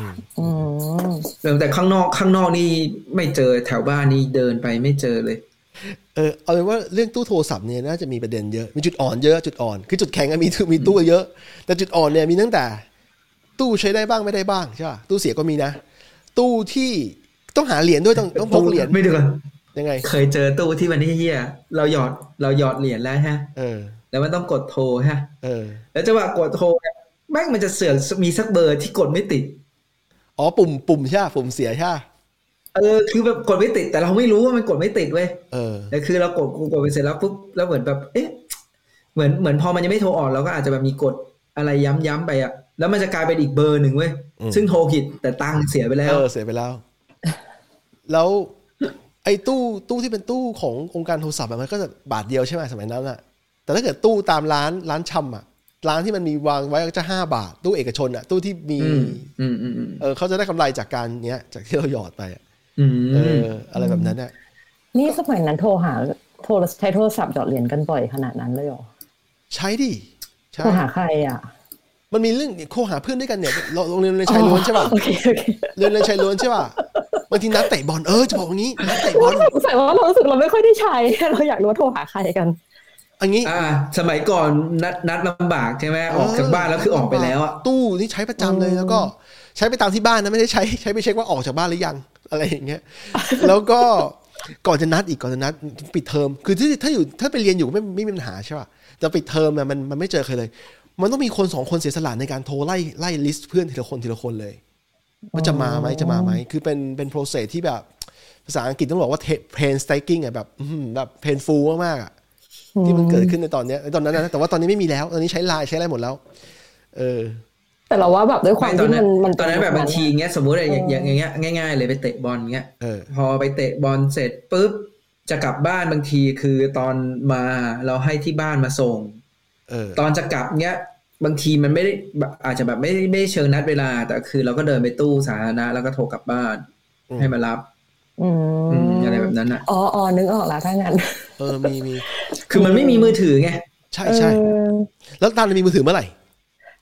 แต่ข้างนอกนี่ไม่เจอแถวบ้านนี่เดินไปไม่เจอเลยเอาเป็นว่าเรื่องตู้โทรศัพท์เนี่ยน่าจะมีประเด็นเยอะมีจุดอ่อนเยอะจุดอ่อนคือจุดแข็งมีตู้เยอะแต่จุดอ่อนเนี่ยมีตั้งแต่ตู้ใช้ได้บ้างไม่ได้บ้างใช่ป่ะตู้เสียก็มีนะตู้ที่ต้องหาเหรียญด้วยต้องพกเหรียญไม่ดูกันยังไงเคยเจอตู้ที่มันเหี้ยเราหยอดเหรียญแล้วฮะแล้วมันต้องกดโทรฮะแล้วจังหวะกดโทรแม่งมันจะเสือกมีสักเบอร์ที่กดไม่ติดปุ่มใช่ปุ่มเสียใช่คือแบบกดไม่ติดแต่เราไม่รู้ว่ามันกดไม่ติดเว้ยแต่คือเรากดไปเสร็จแล้วปุ๊บแล้วเหมือนแบบเหมือนพอมันยังไม่โทรออกเราก็อาจจะแบบมีกดอะไรย้ำไปอ่ะแล้วมันจะกลายเป็นอีกเบอร์หนึ่งเว้ยซึ่งโทรผิดแต่ตังค์เสียไปแล้วเสียไปแล้วไอ้ตู้ที่เป็นตู้ขององค์การโทรศัพท์มันก็จะบาทเดียวใช่ไหมสมัยนั้นอ่ะแต่ถ้าเกิดตู้ตามร้านชำอ่ะร้านที่มันมีวางไว้ก็จะ5 บาทตู้เอกชนอ่ะตู้ที่มีเขาจะได้กำไรจากการเนี้ยจากที่เราหยอดไปอะไรแบบนั้นน่ะนี่สมัยนั้นใช้โทรศัพท์หยอดเหรียญกันบ่อยขนาดนั้นเลยเหรอใช้ดิโทรหาใครอ่ะมันมีเรื่องโทรหาเพื่อนด้วยกันเนี่ยโรงเรียนชายล้วนใช่ป่ะเรียนชายล้วนใช่ป่ะบางทีนัดเตะบอลจะบอกอย่างนี้นัดเตะบอลสงสัยว่าเรารู้สึกเราไม่ค่อยได้ใช้เราอยากรู้ว่าโทรหาใครกันอันนี้สมัยก่อนนัดลำบากใช่ไหมออกจากบ้านแล้วคือออกไปแล้วอ่ะตู้นี่ใช้ประจำเลยแล้วก็ใช้ไปตามที่บ้านนะไม่ได้ใช้ไปเช็คว่าออกจากบ้านหรือยังอะไรอย่างเงี้ยแล้วก็ก่อนจะนัดปิดเทอมคือถ้าไปเรียนอยู่ไม่มีปัญหาใช่ป่ะแต่ปิดเทอมมันไม่เจอใครเลยมันต้องมีคน2 คนเสียสละในการโทรไล่ลิสต์เพื่อนทีละคนเลยว่าจะมาไหมคือเป็น process ที่แบบภาษาอังกฤษต้องบอกว่า painstaking แบบ painful มากๆอ่ะที่มันเกิดขึ้นในตอนนั้นนะแต่ว่าตอนนี้ไม่มีแล้วตอนนี้ใช้ไลน์ใช้อะไรหมดแล้วแต่เราว่าแบบด้วยความที่มันตอนนั้นแบบบางทีเงี้ยสมมุติอย่างเงี้ยง่ายๆเลยไปเตะบอลเงี้ยพอไปเตะบอลเสร็จปุ๊บจะกลับบ้านบางทีคือตอนมาเราให้ที่บ้านมาส่งตอนจะกลับเงี้ยบางทีมันไม่ได้อาจจะแบบไม่เชิงนัดเวลาแต่คือเราก็เดินไปตู้สาธารณะแล้วก็โทรกลับบ้านให้มารับอะไรแบบนั้นอ่ะนึกออกแล้วถ้างั้นมีคือมันไม่มีมือถือไงใช่แล้วตอนมีมือถือเมื่อไหร่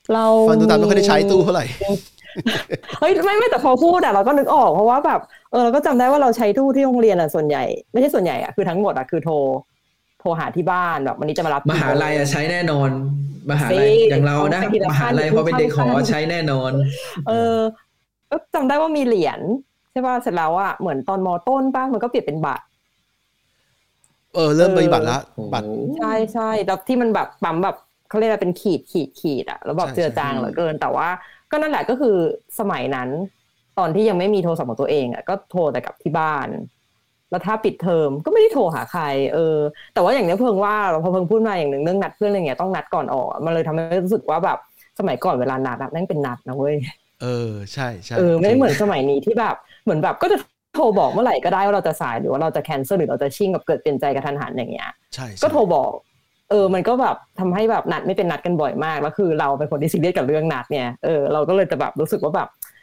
เราฟังดูตามไม่ค่อยได้ใช้ตู้เท่าไหร่เฮ้ยไม่แต่พอพูดเราก็นึกออกเพราะว่าแบบเราก็จำได้ว่าเราใช้ตู้ที่โรงเรียนส่วนใหญ่ไม่ใช่ส่วนใหญ่คือทั้งหมดคือโทรหาที่บ้านแบบวันนี้จะมารับมหาลัยใช้แน่นอนมหาลัยอย่างเรานะมหาลัยพอเป็นเด็กหอใช้แน่นอนก็จำได้ว่ามีเหรียญใช่ป่ะเสร็จแล้วเหมือนตอนม.ต้นป่ะมันก็เปลี่ยนเป็นบัตรเริ่มมีบัตรละบัตรใช่แล้วที่มันแบบปั๊มแบบเขาเรียกว่าเป็นขีดแล้วแบบเจือจางเหลือเกินแต่ว่าก็นั่นแหละก็คือสมัยนั้นตอนที่ยังไม่มีโทรศัพท์ของตัวเองก็โทรแต่กับที่บ้านแล้วถ้าปิดเทอมก็ไม่ได้โทรหาใครแต่ว่าอย่างนี้เพิ่งว่าพอเพิ่งพูดมาอย่างหนึ่งเรื่องนัดเพื่อนอะไรเงี้ยต้องนัดก่อนออกมันเลยทำให้รู้สึกว่าแบบสมัยก่อนเวลานัดนั่นเป็นนัดนะเว้ยใช่ไม่เหมือนสมัยนี้ที่แบบเหมือนแบบก็จะโทรบอกเมื่อไหร่ก็ได้ว่าเราจะสายหรือว่าเราจะแคนเซิลหรือเราจะชิ่งกับเกิดเปลี่ยนใจกระทันหันอย่างเงี้ยก็โทรบอกมันก็แบบทำให้แบบนัดไม่เป็นนัดกันบ่อยมากแล้วคือเราเป็นคนที่ซีเรียสกับเรื่องนัดเนี่ยเราก็เลยจะแบบรู้สึกว่าแบบ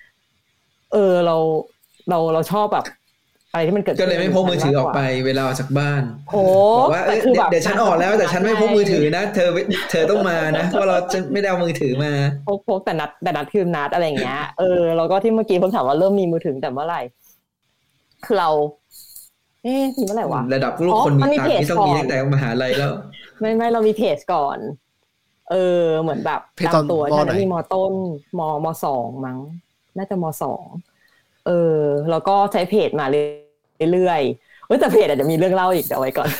เราชอบแบบอะไรที่มันเกิดก็เลยไม่พกมือถือออกไปเวลาออกจากบ้านบอกว่าเดี๋ยวฉันออกแล้วแต่ฉันไม่พกมือถือนะเธอต้องมานะเพราะเราจะไม่ได้เอามือถือมาพกแต่นัดคือนัดอะไรอย่างเงี้ยแล้วก็ที่เมื่อกี้ผมถามว่าเริ่มมีมือถือแต่เมื่อไหร่คือเรามีเมื่อไหร่วะระดับลูกคนมีตังค์ที่ต้องมีตั้งแต่มหาลัยแล้วไม่เรามีเพจก่อนเหมือนแบบตามตัวฉันมีม.ต้นม.2 มั้งน่าจะม.2แล้วก็ใช้เพจมาเรื่อยๆแต่เพจอาจจะมีเรื่องเล่าอีกเดี๋ยวไว้ก่อน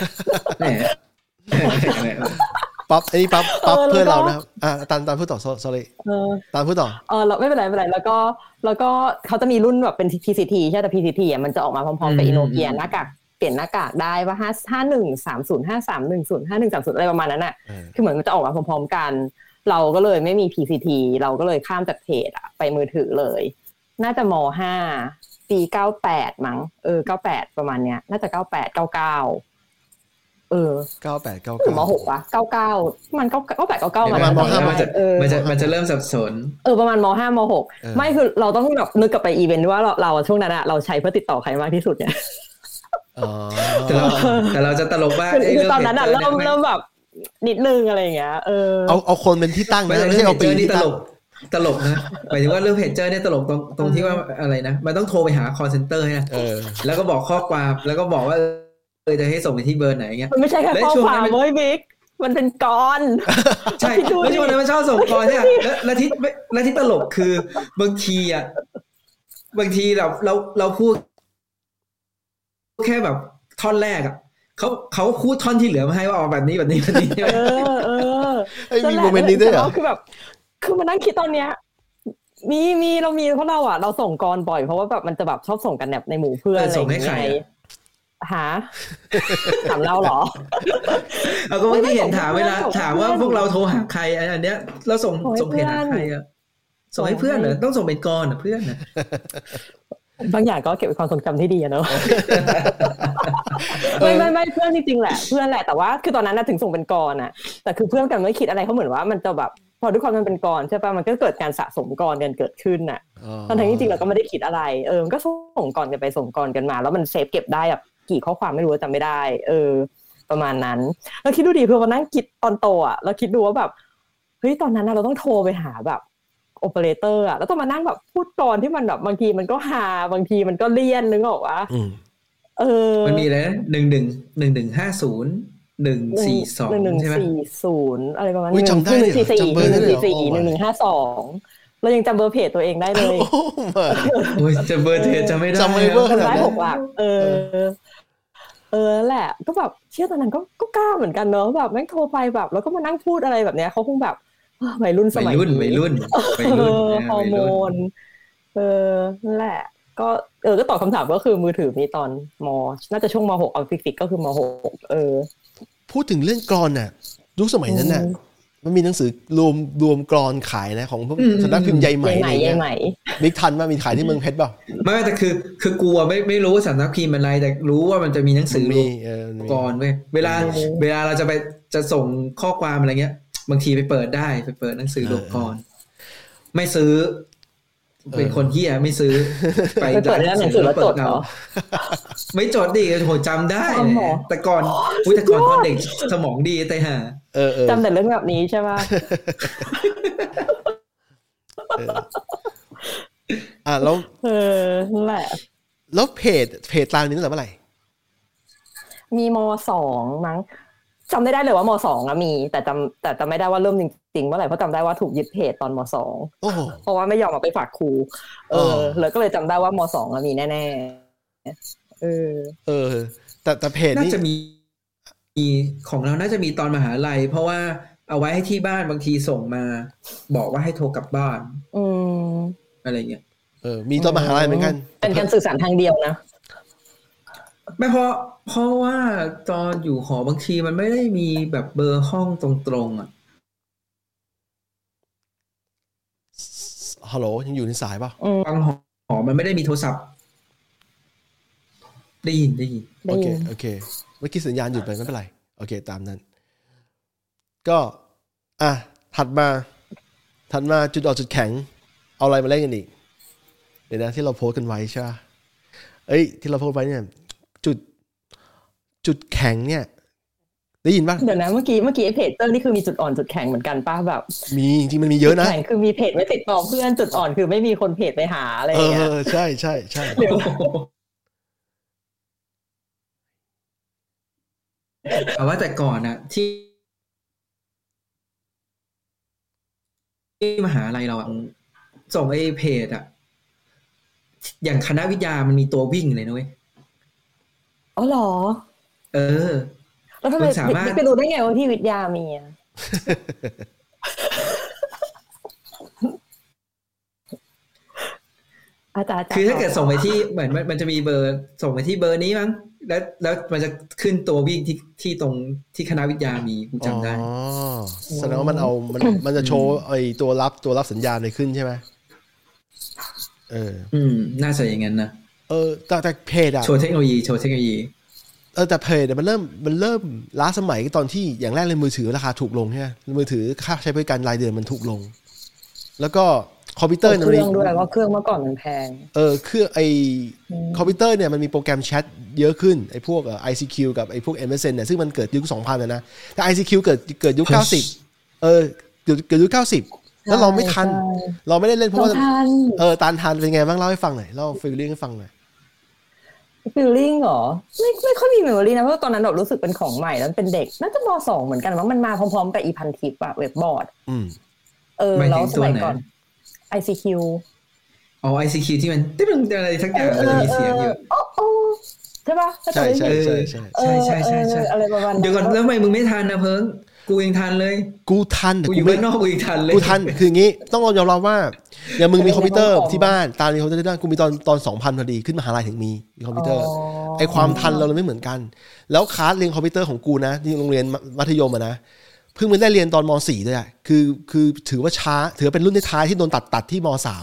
ป๊อปอันนี้ป๊อปเพื่อนเรานะครับตามพูดต่อ sorry ตามพูดต่อเราไม่เป็นไรแล้วก็เขาจะมีรุ่นแบบเป็น PCT ใช่แต่ PCT มันจะออกมาพร้อมๆกับ Innokia หน้ากากเปลี่ยนหน้ากากได้ว่า513053105130อะไรประมาณนั้นน่ะคือเหมือนมันจะออกมาพร้อมๆกันเราก็เลยไม่มี PCT เราก็เลยข้ามจากเพจไปมือถือเลยน่าจะม.5 ปี98มั้ง98ประมาณเนี้ยน่าจะ98 99 98 99 ม.6 วะ99มัน98 99 ประมาณม.5มันจะเริ่มสับสนประมาณม.5 ม.6 ไม่คือเราต้องแบบนึกกลับไปอีเวนต์ว่าเราช่วงนั้นเราใช้เพื่อติดต่อใครมากที่สุดเนี่ยแต่เราจะตลกบ้างคือตอนนั้นเริ่มแบบนิดนึงอะไรอย่างเงี้ยเอาคนเป็นที่ตั้งนะไม่ใช่เอาปีที่ตลกนะหมายถึงว่าเรื่องเพจเจอร์เนี่ยตลกตรงที่ว่าอะไรนะมันต้องโทรไปหา call center ให้นะแล้วก็บอกข้อความแล้วก็บอกว่าจะให้ส่งไปที่เบอร์ไหนเงี้ยมันไม่ใช่แค่ข้อความเว้ยบิ๊กมันเป็นกรใช่ไม่ใช่วันนั้นมันชอบส่งกรเนี่ยและที่ตลกคือบางทีเราพูดแค่แบบท่อนแรกเขาพูดท่อนที่เหลือมาให้ว่าแบบนี้มีโมเมนต์นี้ด้วยเหรอคือมานั่งคิดตอนเนี้ยมีเรามีเพราะเราส่งกรบ่อยเพราะว่าแบบมันจะแบบชอบส่งกันแบบในหมู่เพื่อนอะไรอย่างเงี้ยหาถามเราเหรอเราก็ไม่เห็นถามเวลาถามว่าพวกเราโทรหาใครอันเนี้ยเราส่งเพจหาใครส่งให้เพื่อนเหรอต้องส่งเป็นกรเพื่อนนะบางอย่างก็เก็บเป็นความทรงจำที่ดีเนอะไม่เพื่อนจริงๆแหละเพื่อนแหละแต่ว่าคือตอนนั้นถึงส่งเป็นกรแต่คือเพื่อนกันไม่คิดอะไรเขาเหมือนว่ามันจะแบบพอด้วยความมันเป็นกรใช่ป่ะมันก็เกิดการสะสมกรกันเกิดขึ้นทั้งจริงๆเราก็ไม่ได้คิดอะไรมันก็ส่งกรกันไปส่งกรกันมาแล้วมันเซฟเก็บได้แบบกี่ข้อความไม่รู้จำไม่ได้ประมาณนั้นแล้วคิดดูดิเพื่อมานั่งคิดตอนโตแล้วคิดดูว่าแบบเฮ้ยตอนนั้นเราต้องโทรไปหาแบบโอเปอเรเตอร์แล้วต้องมานั่งแบบพูดกรที่มันแบบบางทีมันก็ฮาบางทีมันก็เลี่ยนนึกออกวะมันมีอะไรนะ1140 142ใช่ไหม 140อะไรประมาณนี้ 1144 1152เรายังจำเบอร์เพจตัวเองได้เลยจะเบอร์เพจจะไม่ได้จำเบอร์ขนาดนั้น 6 หลักแหละก็แบบเชื่อตอนนั้นก็กล้าเหมือนกันเนอะแบบแม่งโทรไปแบบแล้วก็มานั่งพูดอะไรแบบเนี้ยเขาคงแบบวัยรุ่นสมัยนี้วัยรุ่นฮอร์โมนนั่นแหละก็ก็ตอบคำถามก็คือมือถือมีตอนน่าจะช่วงม.6เอาฟิกๆก็คือม.6 พูดถึงเรื่องกลอนน่ะยุคสมัยนั้นน่ะมันมีหนังสือรวมกลอนขายนะของพวกสำนักพิมพ์ใยไหมอะไรเงี้ยบิ๊กทันว่ามีขายที่เมืองเพชรเปล่าไม่แต่คือกลัวไม่รู้สำนักพิมพ์อะไรแต่รู้ว่ามันจะมีหนังสือรวมกลอนเว้ยเวลาเราจะส่งข้อความอะไรเงี้ยบางทีไปเปิดหนังสือรวมกลไม่ซื้อเป็นคนเหี้ยไม่ซื้อไปเปิดหนังสือแล้วจดเหรอไม่จดดิโหจำได้แต่ก่อนตอนเด็กสมองดีแต่ห่าจำแต่เรื่องแบบนี้ใช่ป่ะแล้วนั่นแหละแล้วเพจตามนี้ตั้งแต่เมื่อไหร่มีม.2 มั้งจำไม่ได้เลยว่าม.2มีแต่จำไม่ได้ว่าเริ่มจริงๆเมื่อไหร่เพราะจำได้ว่าถูกยึดเพจตอนม.2 เพราะว่าไม่ยอมเอาไปฝากครูแล้วก็เลยจำได้ว่าม.2มีแน่ๆแต่เพจนี้น่าจะมีของเราน่าจะมีตอนมหาลัยเพราะว่าเอาไว้ให้ที่บ้านบางทีส่งมาบอกว่าให้โทรกลับบ้านอะไรเงี้ยมีตอนมหาลัยเหมือนกันเป็นการสื่อสารทางเดียวนะไม่เพราะว่าตอนอยู่หอบางทีมันไม่ได้มีแบบเบอร์ห้องตรงๆฮัลโหลยังอยู่ในสายป่ะบางหอมันไม่ได้มีโทรศัพท์ได้ยินโอเคเมื่อกี้สัญญาณหยุดไปไม่เป็นไรโอเคตามนั้นก็ถัดมาจุดอ่อนจุดแข็งเอาอะไรมาเล่นกันอีกเดี๋ยวนะที่เราโพสกันไว้ใช่ป่ะที่เราโพสไว้เนี่ยจุดแข็งเนี่ยได้ยินป่ะเดี๋ยวนะเมื่อกี้เพจเตอร์นี่คือมีจุดอ่อนจุดแข็งเหมือนกันป่ะแบบมีจริงๆมันมีเยอะนะจุดแข็งคือมีเพจไว้ติดต่อเพื่อนจุดอ่อนคือไม่มีคนเพจไปหาอะไรอย่างเงี้ยใช่แต่ว่าแต่ก่อนอะที่มหาลัยเราส่งเพจอะอย่างคณะวิทยามันมีตัววิ่งเลยนะเว้ยอ๋อเหรอแล้วทำไมไปดูได้ไงว่าที่วิทยามีอะอาจารย์คือถ้าเกิดส่งไปที่เหมือนมันจะมีเบอร์ส่งไปที่เบอร์นี้มั้งแล้วมันจะขึ้นตัววิ่งที่ตรงที่คณะวิทยามีกูจำได้แสดงว่ามันจะโชว์ตัวรับสัญญาณเลยขึ้นใช่ไหมน่าจะอย่างนั้นนะแต่เพจอะโชว์เทคโนโลยีแต่เพจเนี่ยมันเริ่มล้าสมัยตอนที่อย่างแรกเลยมือถือราคาถูกลงใช่ไหมมือถือค่าใช้บริการรายเดือนมันถูกลงแล้วก็คอมพิวเตอร์เครื่องด้วยว่าเครื่องเมื่อก่อนมันแพงเครื่องคอมพิวเตอร์เนี่ยมันมีโปรแกรมแชทเยอะขึ้นไอ้พวกICQ กับไอ้พวก MSN เนี่ยซึ่งมันเกิดยุค 2000 นะแต่ ICQ เกิดยุค 90เกิดยุค 90แล้วเราไม่ทันเราไม่ได้เล่นเพราะว่าตานทันเป็นไงบ้างเล่าให้ฟังหน่อยเล่าฟีลลิ่งให้ฟังหน่อยฟีลลิ่งเหรอไม่ค่อยมีเมมโมรี่นะเพราะตอนนั้นเรารู้สึกเป็นของใหม่แล้วเป็นเด็กน่าจะม.2 เหมือนกันว่ามันมาพร้อมๆกับอีพันทิปอะเว็บบอร์ดแล้วสมัยก่อนICQ ICQ ที่มันตึ้งอะไรทั้งอย่างมันจะมีเสียงอยู่ใช่ป่ะใช่อะไรประมาณนั้นเดี๋ยวก่อนแล้วทำไมมึงไม่ทันนะเพิ่งกูยังทันเลยกูทันแต่กูอยู่บ้านนอกกูยังทันเลยกูทันคืออย่างงี้ต้องยอมรับว่าอย่างมึงมีคอมพิวเตอร์ที่บ้านตามมีคอมพิวเตอร์ที่บ้านกูมีตอน 2,000 พอดีขึ้นมหาลัยถึงมีคอมพิวเตอร์ไอความทันเราไม่เหมือนกันแล้วคลาสเรียนคอมพิวเตอร์ของกูนะที่โรงเรียนมัธยมนะเพิ่งมันได้เรียนตอนม.4 ด้วยคือถือว่าช้าถือเป็นรุ่นท้ายที่โดนตัดที่ม.3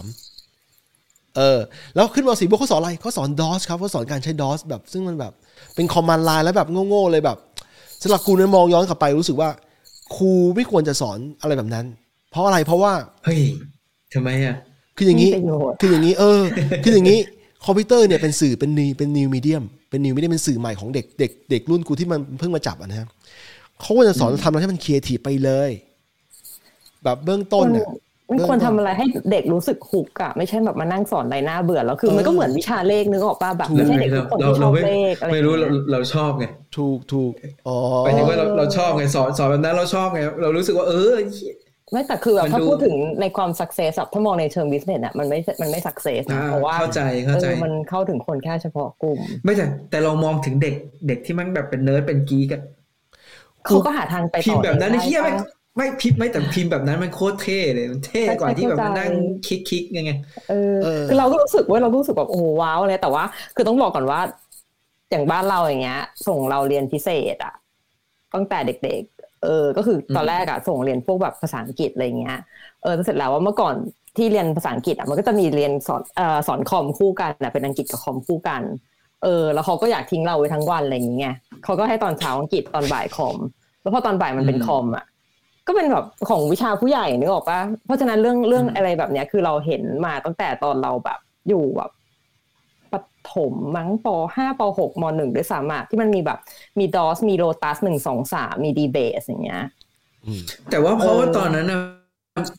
แล้วขึ้นม.4 พวกเขาสอนอะไรเขาสอน DOS ครับเขาสอนการใช้ DOS แบบซึ่งมันแบบเป็นคอมมานด์ไลน์แล้วแบบโง่ๆเลยแบบสำหรับกูเนี่ยมองย้อนกลับไปรู้สึกว่าครูไม่ควรจะสอนอะไรแบบนั้นเพราะอะไรเพราะว่าเฮ้ยทำไมอ่ะคืออย่างนี้คืออย่างนี้คอมพิวเตอร์เนี่ยเป็นสื่อเป็นนิวมีเดียมเป็นสื่อใหม่ของเด็กรุ่นกูที่มันเพิ่งมาจับนะฮะเขาควรจะสอนทำอะไรให้มันครีเอทีฟไปเลยแบบเบื้องต้นเนี่ยไม่ควรทำอะไรให้เด็กรู้สึกหุกอะไม่ใช่แบบมานั่งสอนอะไรน่าเบื่อแล้วคือมันก็เหมือนวิชาเลขนึกออกป่ะแบบไม่ใช่เด็กทุกคนที่ชอบเลขอะไรไม่รู้เราชอบไงถูกหมายถึงว่าเราชอบไงสอนแบบนั้นเราชอบไงเรารู้สึกว่าไม่แต่คือแบบถ้าพูดถึงในความ success ถ้ามองในเชิง business อะมันไม่ success เพราะว่าเข้าใจมันเข้าถึงคนแค่เฉพาะกลุ่มไม่แต่เรามองถึงเด็กที่มันแบบเป็นเนิร์ดเป็นกี๊กเขาก็หาทางไปต่อแบบนั้นไอ้เหี้ยไม่พิมพ์ไม่แต่พิมพ์แบบนั้นมันโคตรเท่เลยมันเท่กว่าที่แบบมานั่งคลิกไงคือเราก็รู้สึกแบบโอ้ว้าวเลยแต่ว่าคือต้องบอกก่อนว่าอย่างบ้านเราอย่างเงี้ยส่งเราเรียนพิเศษอะตั้งแต่เด็กๆก็คือตอนแรกอะส่งเรียนพวกแบบภาษาอังกฤษอะไรเงี้ยเสร็จแล้วว่าเมื่อก่อนที่เรียนภาษาอังกฤษอะมันก็จะมีเรียนสอนคอมคู่กันนะเป็นอังกฤษกับคอมคู่กันแล้วเขาก็อยากทิ้งเราไว้ทั้งวันอะไรอย่างเงี้ยเขาก็ให้ตอนเช้าอังกฤษตอนบ่ายคอมแล้วพอตอนบ่ายมันเป็นคอมอะก็เป็นแบบของวิชาผู้ใหญ่นึกออกป่ะเพราะฉะนั้นเรื่องอะไรแบบเนี้ยคือเราเห็นมาตั้งแต่ตอนเราแบบอยู่แบบประถมมั้งป.5 ป.6 ม.1 ด้วยซ้ำอ่ะที่มันมีแบบมี DOS มี Lotus 1 2 3มี DBase อย่างเงี้ยแต่ว่าเพราะว่าตอนนั้นนะ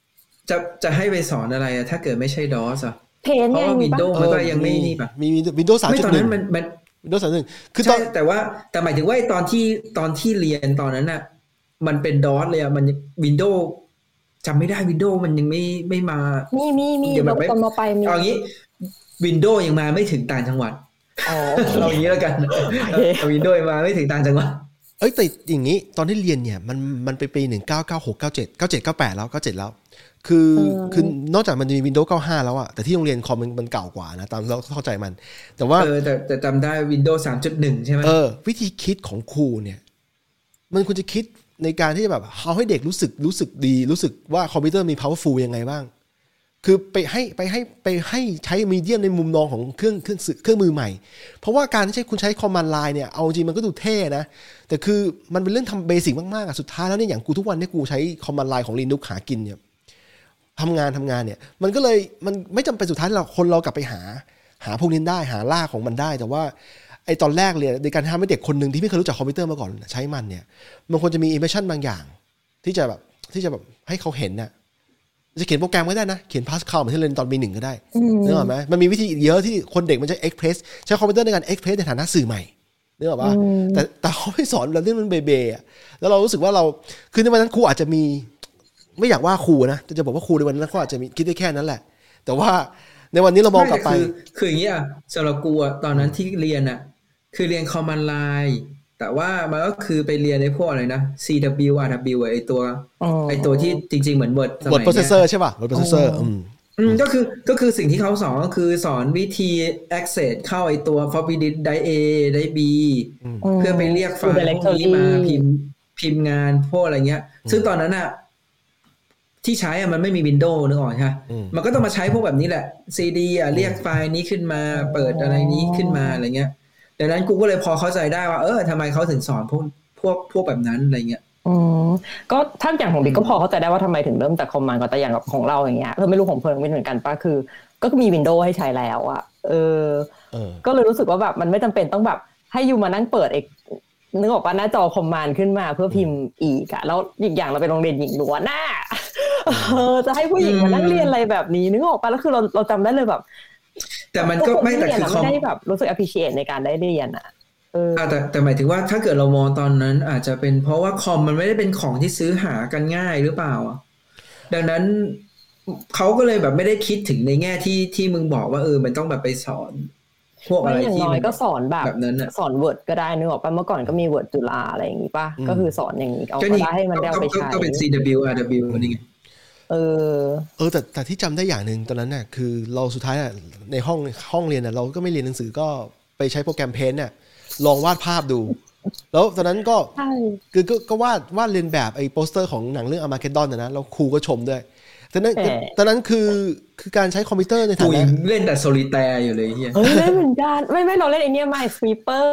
จะให้ไปสอนอะไรอะถ้าเกิดไม่ใช่ DOS อ่ะเพนเพราะว่า Windows มันก็ยังไม่นี่ป่ะมี Windows 3.1 ไม่ตอนนั้นมัน Windows 3.1 คือใช่แต่หมายถึงว่าตอนที่เรียนตอนนั้นน่ะมันเป็น DOS เลยอ่ะมัน Windows จำไม่ได้ Windows มันยังไม่มามีแบบตอนมาไปมีเอางี้ Windows ยังมาไม่ถึงต่างจังหวัดเราอย่างนี้แล้วกัน Windows มาไม่ถึงต่างจังหวัดแต่อย่างนี้ตอนที่เรียนเนี่ยมันไปปี1996 97 97 98แล้ว97แล้วคือนอกจากมันจะมี Windows 95แล้วอะแต่ที่โรงเรียนคอมมันเก่ากว่านะตามเราเข้าใจมันแต่ว่าแต่จำได้ Windows 3.1 ใช่ไหมวิธีคิดของครูเนี่ยมันควรจะคิดในการที่จะแบบเอาให้เด็กรู้สึกดีรู้สึกว่าคอมพิวเตอร์มี powerful ยังไงบ้างคือไปให้ใช้มีเดียมในมุมมองของเครื่องมือใหม่เพราะว่าการที่คุณใช้คอมมานด์ไลน์เนี่ยเอาจริงมันก็ดูเท่นะแต่คือมันเป็นเรื่องทำเบสิกมากๆสุดท้ายแล้วเนี่ยอย่างกูทุกวันที่กูใช้คอมมานด์ไลน์ของ Linux หากินเนี่ยทำงานเนี่ยมันก็เลยมันไม่จำเป็นสุดท้ายเรากลับไปหาพวกนี้ได้หาล่าของมันได้แต่ว่าไอตอนแรกเลยในการทำให้เด็กคนนึงที่ไม่เคยรู้จักคอมพิวเตอร์มาก่อนใช้มันเนี่ยมันควรจะมีอิมเพรสชั่นบางอย่างที่จะแบบให้เขาเห็นน่ะจะเขียนโปรแกรมก็ได้นะเขียน Pascal เหมือนที่เรียนตอนปี 1ก็ได้นึกออกไหมมันมีวิธีเยอะที่คนเด็กมันจะเอ็กเพรสใช้คอมพิวเตอร์ในการเอ็กเพรสในฐานะสื่อใหม่นึกออกป่ะแต่เขาไม่สอนเราเรื่องมันเบๆอ่ะแล้วเรารู้สึกว่าเราคือในวันนั้นครูอาจจะมีไม่อยากว่าครูนะจะบอกว่าครูในวันนั้นเขาอาจจะมีคิดได้แค่นั้นแหละแต่ว่าในวันนี้เรามองกลับไปคืออย่างเงี้ยสำหรับกูอ่ะตอนนั้นที่เรียนอ่ะคือเรียนคอมมานด์ไลน์แต่ว่ามันก็คือไปเรียนในพวกอะไรนะ CW RW ไอตัวที่จริงๆเหมือน Word สมัยนี้ Word Processor ใช่ป่ะ Word Processor ก็คือสิ่งที่เขาสอนก็คือสอนวิธี access เข้าไอตัว floppy disk drive A drive B เพื่อไปเรียกไฟล์พวกนี้มาพิมพ์งานพวกอะไรเงี้ยซึ่งตอนนั้นอ่ะที่ใช้มันไม่มี Windows นึกออกใช่ไหมมันก็ต้องมาใช้พวกแบบนี้แหละ CD เรียกไฟล์นี้ขึ้นมาเปิดอะไรนี้ขึ้นมาอะไรเงี้ยดังนั้นกูก็เลยพอเข้าใจได้ว่าทำไมเขาถึงสอนพวกแบบนั้นอะไรเงี้ยก็ถ้าอย่างของบิ๊กก็พอเข้าใจได้ว่าทำไมถึงเริ่มจากคอมมานด์ก่อนแต่อย่างกับของเราอย่างเงี้ยไม่รู้ของเพิ่งเป็นเหมือนกันป่ะคือก็มี Windows ให้ใช้แล้วอ่ะก็เลยรู้สึกว่าแบบมันไม่จำเป็นต้องแบบให้อยู่มานั่งเปิดนึกออกป่ะหน้าจอคอมมานด์ขึ้นมาเพื่อพิมพ์อีกอะแล้วอีกอย่างเราเป็นโรงเรียนหญิงล้วนน่ะจะให้ผู้หญิงมานั่งเรียนอะไรแบบนี้นึกออกป่ะแล้วคือเราจำได้เลยแบบแต่มันก็ไม่แต่คือไม่ได้แบบรู้สึก appreciate ในการได้เรียนอ่ะแต่หมายถึงว่าถ้าเกิดเรามองตอนนั้นอาจจะเป็นเพราะว่าคอมมันไม่ได้เป็นของที่ซื้อหากันง่ายหรือเปล่าดังนั้นเขาก็เลยแบบไม่ได้คิดถึงในแง่ที่มึงบอกว่ามันต้องแบบไปสอนพวกอะไรที่น้อยก็สอนแบบนั้นสอน Word ก็ได้นึกออกป่ะเมื่อก่อนก็มี Word จุฬาอะไรอย่างงี้ป่ะก็คือสอนอย่างนี้เอาก็ได้ให้มันได้ไปใช้ก็เป็น CW RW นี่ไงแต่ที่จำได้อย่างนึงตอนนั้นน่ะคือเราสุดท้ายน่ะในห้องเรียนน่ะเราก็ไม่เรียนหนังสือก็ไปใช้โปรแกรม Paint น่ะลองวาดภาพดูแล้วตอนนั้นก็คือก็วาดเรียนแบบไอ้โปสเตอร์ของหนังเรื่อง Armageddon นะแล้วครูก็ชมด้วยตอนนั้นคือการใช้คอมพิวเตอร์ในฐานะเล่นแต่โซลิแตร์อยู่เลยเฮียเล่นเหมือนกันไม่เราเล่นไอ้นี่ Minesweeper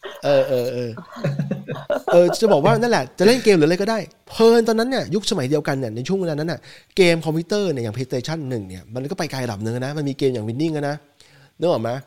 จะบอกว่านั่นแหละจะเล่นเกมหรืออะไรก็ได้เพลินตอนนั้นเนี่ยยุคสมัยเดียวกันเนี่ยในช่วงเวลานั้นน่ะเกมคอมพิวเตอร์เนี่ยอย่าง PlayStation 1เนี่ยมันก็ไปไกลระดับนึงนะมันมีเกมอย่าง Winning นะนึกออกมั้ย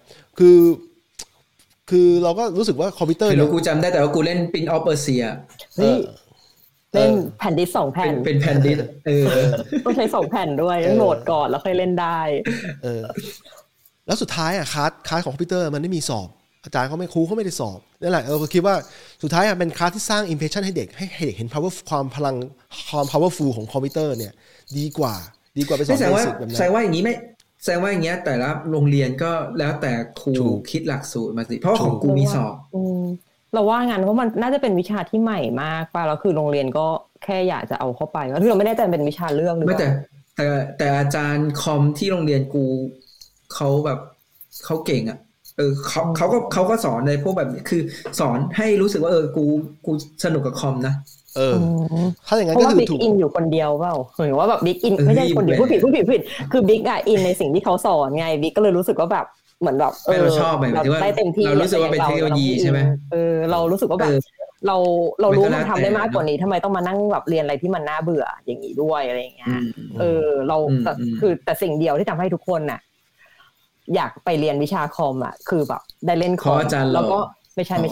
คือเราก็รู้สึกว่าคอมพิวเตอร์เนี่ยกูจำได้แต่ว่ากูเล่น Prince of Persia เล่นแผ่นดิส2แผ่นเป็นแผ่นดิสต้องใช้2แผ่นด้วยโหลดก่อนแล้วค่อยเล่นได้แล้วสุดท้ายคลาสของคอมพิวเตอร์มันไม่มีสอบอาจารย์เขาไม่ครูเขาไม่ได้สอบนั่นแหละเราคิดว่าสุดท้ายเป็นคลาสที่สร้าง impression ให้เด็กให้เด็กเห็นความพลังความ powerful ของคอมพิวเตอร์เนี่ยดีกว่าไปสอนเบสิกแบบนั้นแสดงว่าอย่างนี้ไม่แสดงว่าอย่างเงี้ยแต่ละโรงเรียนก็แล้วแต่ครูคิดหลักสูตรมาสิเพราะของกูมีสอบเราว่างั้นเพราะมันน่าจะเป็นวิชาที่ใหม่มากป่ะแล้วคือโรงเรียนก็แค่อยากจะเอาเข้าไปแล้วที่เราไม่แน่ใจเป็นวิชาเลือกหรือเปล่าแต่อาจารย์คอมที่โรงเรียนกูเขาแบบเขาเก่งอ่ะเขาก็สอนในพวกแบบนี้คือสอนให้รู้สึกว่ากูสนุกกับคอมนะถ้าอย่างนั้นก็คือถูกบิ๊กอินอยู่คนเดียวเปล่าหรือว่าแบบบิ๊กอินไม่ใช่คนเดียวพูดผิดคือบิ๊กอ่ะอินในสิ่งที่เขาสอนไงบิ๊กก็เลยรู้สึกว่าแบบเหมือนแบบเราชอบแบบว่าได้เต็มที่เรารู้สึกว่าเป็นเทคโนโลยีใช่ไหมเรารู้สึกว่าแบบเรารู้ว่ามันทำได้มากกว่านี้ทำไมต้องมานั่งแบบเรียนอะไรที่มันน่าเบื่ออย่างนี้ด้วยอะไรอย่างเงี้ยเราคือแต่สิ่งเดียวที่ทำให้ทุกคนน่ะอยากไปเรียนวิชาคอมอ่ะคือแบบได้เล่นคอมแล้วก็ไม่ใช่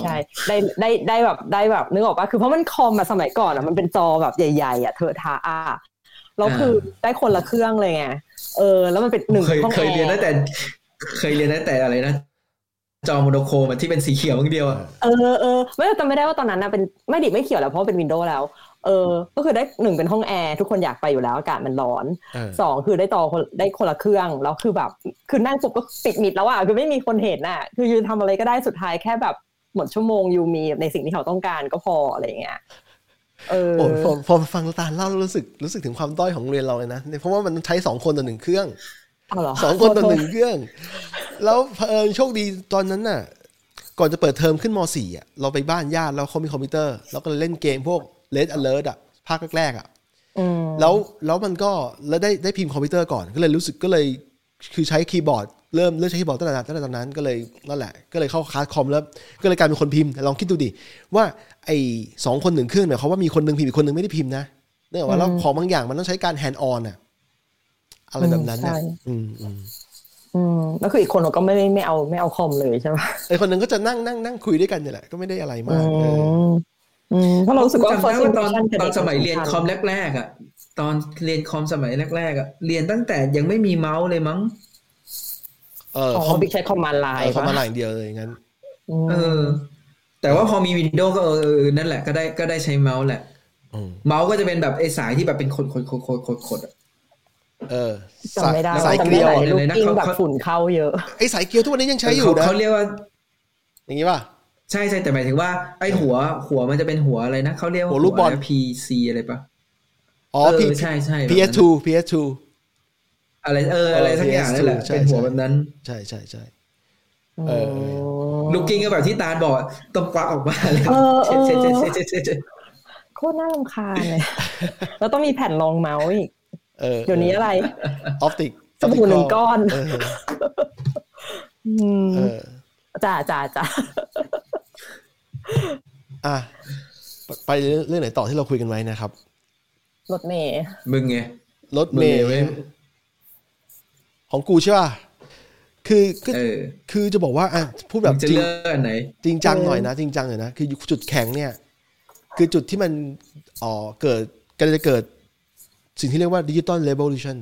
ได้แบบนึกออกป่ะคือเพราะมันคอมอ่ะสมัยก่อนอ่ะมันเป็นจอแบบใหญ่ๆอ่ะเทอะทะแล้วคือได้คนละเครื่องเลยไงแล้วมันเป็นหนึ่งห้องแอร์เคยเรียนตั้งแต่อะไรนะจอโมโนโครมที่เป็นสีเขียวอย่างเดียวอ่ะไม่จำไม่ได้ว่าตอนนั้นนะเป็นไม่เขียวแล้วเพราะเป็นวินโดว์แล้วก็คือได้1เป็นห้องแอร์ทุกคนอยากไปอยู่แล้วอากาศมันร้อน2คือได้คนละเครื่องแล้วคือแบบคือนั่งปุ๊บก็ปิดมิดแล้วอ่ะคือไม่มีคนเห็นน่ะคือยูทำอะไรก็ได้สุดท้ายแค่แบบหมดชั่วโมงยูมีในสิ่งที่เขาต้องการก็พออะไรอย่างเงี้ยพอฟังตาเล่ารู้สึกถึงความด้อยของโรงเรียนเราเลยนะเพราะว่ามันใช้2คนต่อ1เครื่อง2คนต่อ1เครื่องแล้วโชคดีตอนนั้นน่ะก่อนจะเปิดเทอมขึ้นม.4 อ่ะเราไปบ้านญาติแล้วเขามีคอมพิวเตอร์แล้วก็เล่นเกมพวก Red Alert อ่ะภาคแรกๆอ่ะแล้วมันก็แล้วได้พิมพ์คอมพิวเตอร์ก่อนก็เลยคือใช้คีย์บอร์ดเริ่มใช้คีย์บอร์ดตั้งแต่ตอนนั้นก็เลยนั่นแหละก็เลยเข้าคลาสคอมแล้วก็เลยกลายเป็นคนพิมพ์ลองคิดดูดิว่าไอ้2คน1เครื่องหมายความว่ามีคนนึงพิมพ์อีกคนนึงไม่ได้พิมพ์นะเนี่ยว่าแล้วของบางอย่างมันต้องใช้การ hand on อ่ะอะไรแบบนั้นนะแล้วคืออีกคนก็ไม่เอาคอมเลยใช่ไหมไอ้คนนึงก็จะนั่งคุยด้วยกันนี่แหละก็ไม่ได้อะไรมากเพราะเรารู้สึกว่าตอนสมัยเรียนคอมแรกๆอ่ะตอนเรียนคอมสมัยแรกๆอ่ะเรียนตั้งแต่ยังไม่มีเมาส์เลยมั้งบิ๊กใช้คอมมานด์ไลน์คอมมานด์ไลน์อย่างเดียวเลยงั้นแต่ว่าพอมีวินโดว์ก็นั่นแหละก็ได้ใช้เมาส์แหละเมาส์ก็จะเป็นแบบไอ้สายที่แบบเป็นขดจำไม่ได้สายเกลียวเลยนะเขาแบบฝุ่นเข้าเยอะไอ้สายเกลียวทุกวันนี้ยังใช้อยู่นะเขาเรียกว่าอย่างนี้ป่ะใช่แต่หมายถึงว่าไอ้หัวมันจะเป็นหัวอะไรนะเขาเรียกว่าหัวลูกบอล PC อะไรป่ะใช่ PS2 อะไรสักอย่างนั่นแหละเป็นหัวแบบนั้นใช่ลูกกิ้งก็แบบที่ตาลบอกต้องควักออกมาเลยโคตรน่ารำคาญเลยแล้วต้องมีแผ่นรองเมาส์อีกเดี๋ยวนี้อะไรออปติกสบู่1ก้อนจ้าไปเรื่องไหนต่อที่เราคุยกันไว้นะครับรถเมย์มึงไงรถเมย์ของกูใช่ป่ะคือจะบอกว่าพูดแบบจริงไหนจริงจังหน่อยนะจริงจังหน่อยนะคือจุดแข็งเนี่ยคือจุดที่มันเกิดสิ่งที่เรียกว่า Digital Revolution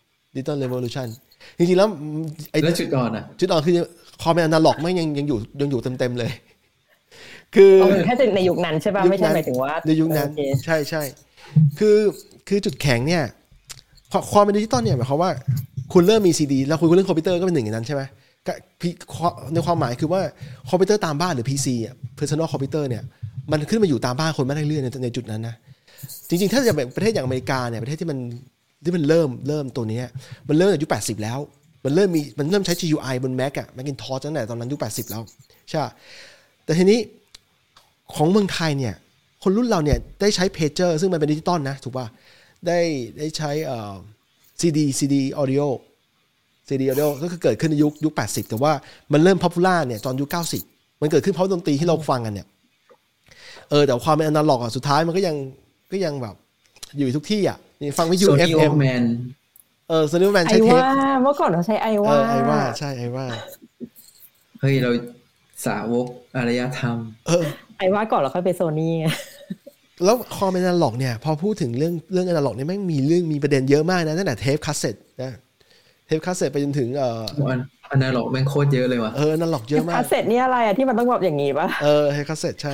จริงๆแล้วจุดอ่อนคือคอมเป็นอนาล็อกไม่ยังอยู่เต็มๆเลยคือแค่ในยุคนั้นใช่ป่ะไม่ใช่หมายถึงว่าในยุคนั้นใช่คือจุดแข็งเนี่ยความเป็นดิจิตอลเนี่ยหมายความว่าคุณเริ่มมีซีดีแล้วคุณเล่นคอมพิวเตอร์ก็เป็นหนึ่งในนั้นใช่ไหมในความหมายคือว่าคอมพิวเตอร์ตามบ้านหรือ PC อ่ะ personal computer เนี่ยมันขึ้นมาอยู่ตามบ้านคนมาได้เรื่อยในจุดนั้นนะจริงๆถ้าจะเป็นประเทศอย่างอเมริกาเนี่ยประเทศที่มันเริ่มตัวนี้มันเริ่มในยุค80แล้วมันเริ่มใช้ GUI บน Mac อ่ะ Macintosh ตั้งแต่ตอนนั้นยุค80แล้วใช่แต่ทีนี้ของเมืองไทยเนี่ยคนรุ่นเราเนี่ยได้ใช้เพจเจอร์ซึ่งมันเป็นดิจิตอลนะถูกป่ะได้ใช้CD audio ก็คือเกิดขึ้นในยุค80แต่ว่ามันเริ่ม popular เนี่ยตอนยุค90มันเกิดขึ้นเพราะดนตรีที่เราฟังกันเนี่ยแต่ความเป็นอนาล็อกอ่ะสุดท้ายมันก็ยังแบบอยู่ทุกที่อ่ะฟังวิทยุ FM Sony Walkman ใช้เทปเมื่อก่อนเราใช้ไอว่าใช่ไอว่าเฮ้ยเราสาวกอารยธรรมไอว่าก่อนเราค่อยไปโซนี่ไงแล้วคอมอนาล็อกเนี่ยพอพูดถึงเรื่องอนาล็อกเนี่ยแม่งมีประเด็นเยอะมากนะตั้งแต่เทปคาสเซ็ตนะเทปคาสเซ็ตไปจนถึงอนาล็อกแม่งโคตรเยอะเลยว่ะอนาล็อกเยอะมากคาสเซ็ตนี่อะไรอ่ะที่มันต้องแบบอย่างงี้ป่ะเทปคาสเซ็ตใช่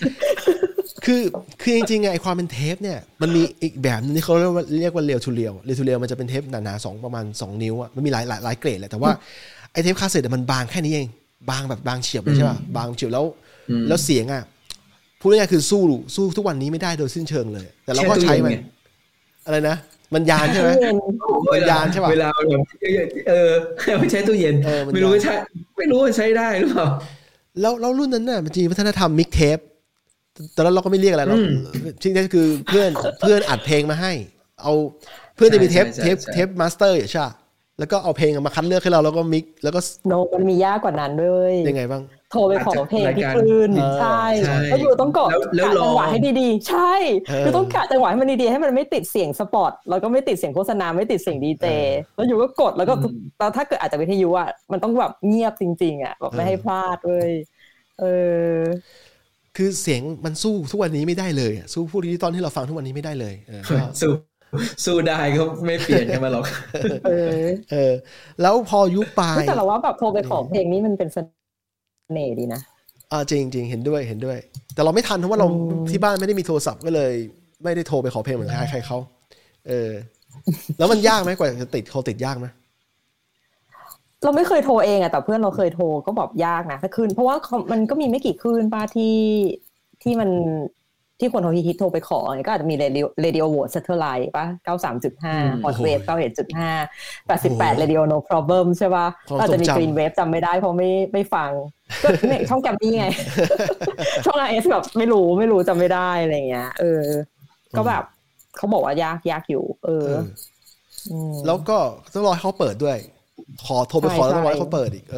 คือจริงๆไงความเป็นเทปเนี่ยมันมีอีกแบบนึงที่เขาเรียกว่าเรียลทูเรียลมันจะเป็นเทปหนาๆประมาณ2นิ้วอ่ะมันมีหลายเกรดแหละแต่ว่าไอ้เทปคาสเซ็ตมันบางแค่นี้เองบางแบบบางเฉียบเลยใช่ป่ะบางเฉียบแล้วเสียงอ่ะพูดง่ายๆคือสู้ทุกวันนี้ไม่ได้โดยสิ้นเชิงเลยแต่เราก็ใช้มันอะไรนะมันยานใช่ไหมมันยานใช่ป่ะเวลาแบบไม่ใช้ตู้เย็นไม่รู้ว่าใช้ได้หรือเปล่าแล้วรุ่นนั้นน่ะมันจะมีวัฒนธรรมมิกเทปตอนนั้นเราก็ไม่เรียกอะไรเราที่นี่คือเพื่อนอัดเพลงมาให้เอาเพื่อนจะมีเทปมาสเตอร์ใช่แล้วก็เอาเพลงมาคัดเลือกให้เราแล้วก็มิกแล้วก็มันมียากกว่านั้นด้วยยังไงบ้างโทรไปขอเพลงที่คลื่นใช่แล้วอยู่ต้องกะจังหวะให้ดีๆใช่คือต้องกะจังหวะให้มันดีๆให้มันไม่ติดเสียงสปอตแล้วก็ไม่ติดเสียงโฆษณาไม่ติดเสียงดีเจแล้วอยู่ก็กดแล้วก็ถ้าเกิดอาจจะวิทยุอ่ะมันต้องแบบเงียบจริงๆอ่ะแบบไม่ให้พลาดเลยคือเสียงมันสู้ทุกวันนี้ไม่ได้เลยสู้พวกดิจิตอลที่เราฟังทุกวันนี้ไม่ได้เลยสู้สู้ได้ก็ไม่เปลี่ยนกันมาหรอกแล้วพอยุคปลายแต่เราว่าแบบโทรไปขอเพลงนี้มันเป็นเสน่ห์ดีนะจริงๆเห็นด้วยแต่เราไม่ทันเพราะว่าเราที่บ้านไม่ได้มีโทรศัพท์ก็เลยไม่ได้โทรไปขอเพลงเหมือนใครเขาแล้วมันยากไหมกว่าจะติดเขาติดยากไหมเราไม่เคยโทรเองแต่เพื่อนเราเคยโทรก็บอกยากนะถ้าคืนเพราะว่ามันก็มีไม่กี่คืนป้าที่มันที่คนฮิตโทรไปขอก็อาจจะมีเรดิโอโหวตเซตเทอร์ไลน์ป่ะ 93.5 ฮอตเวฟ 91.5 88 Radio No Problem ใช่ป่ะอาจจะมีกรีนเวฟจำไม่ได้เพราะไม่ฟังก็เนี่ยช่องแกรมมี่ไงช่อง RS แบบไม่รู้จำไม่ได้อะไรเงี้ยก็แบบเขาบอกว่ายากอยู่แล้วก็ต้องรอให้เขาเปิดด้วยขอโทรไปขอแล้วต้องรอให้เขาเปิดอีก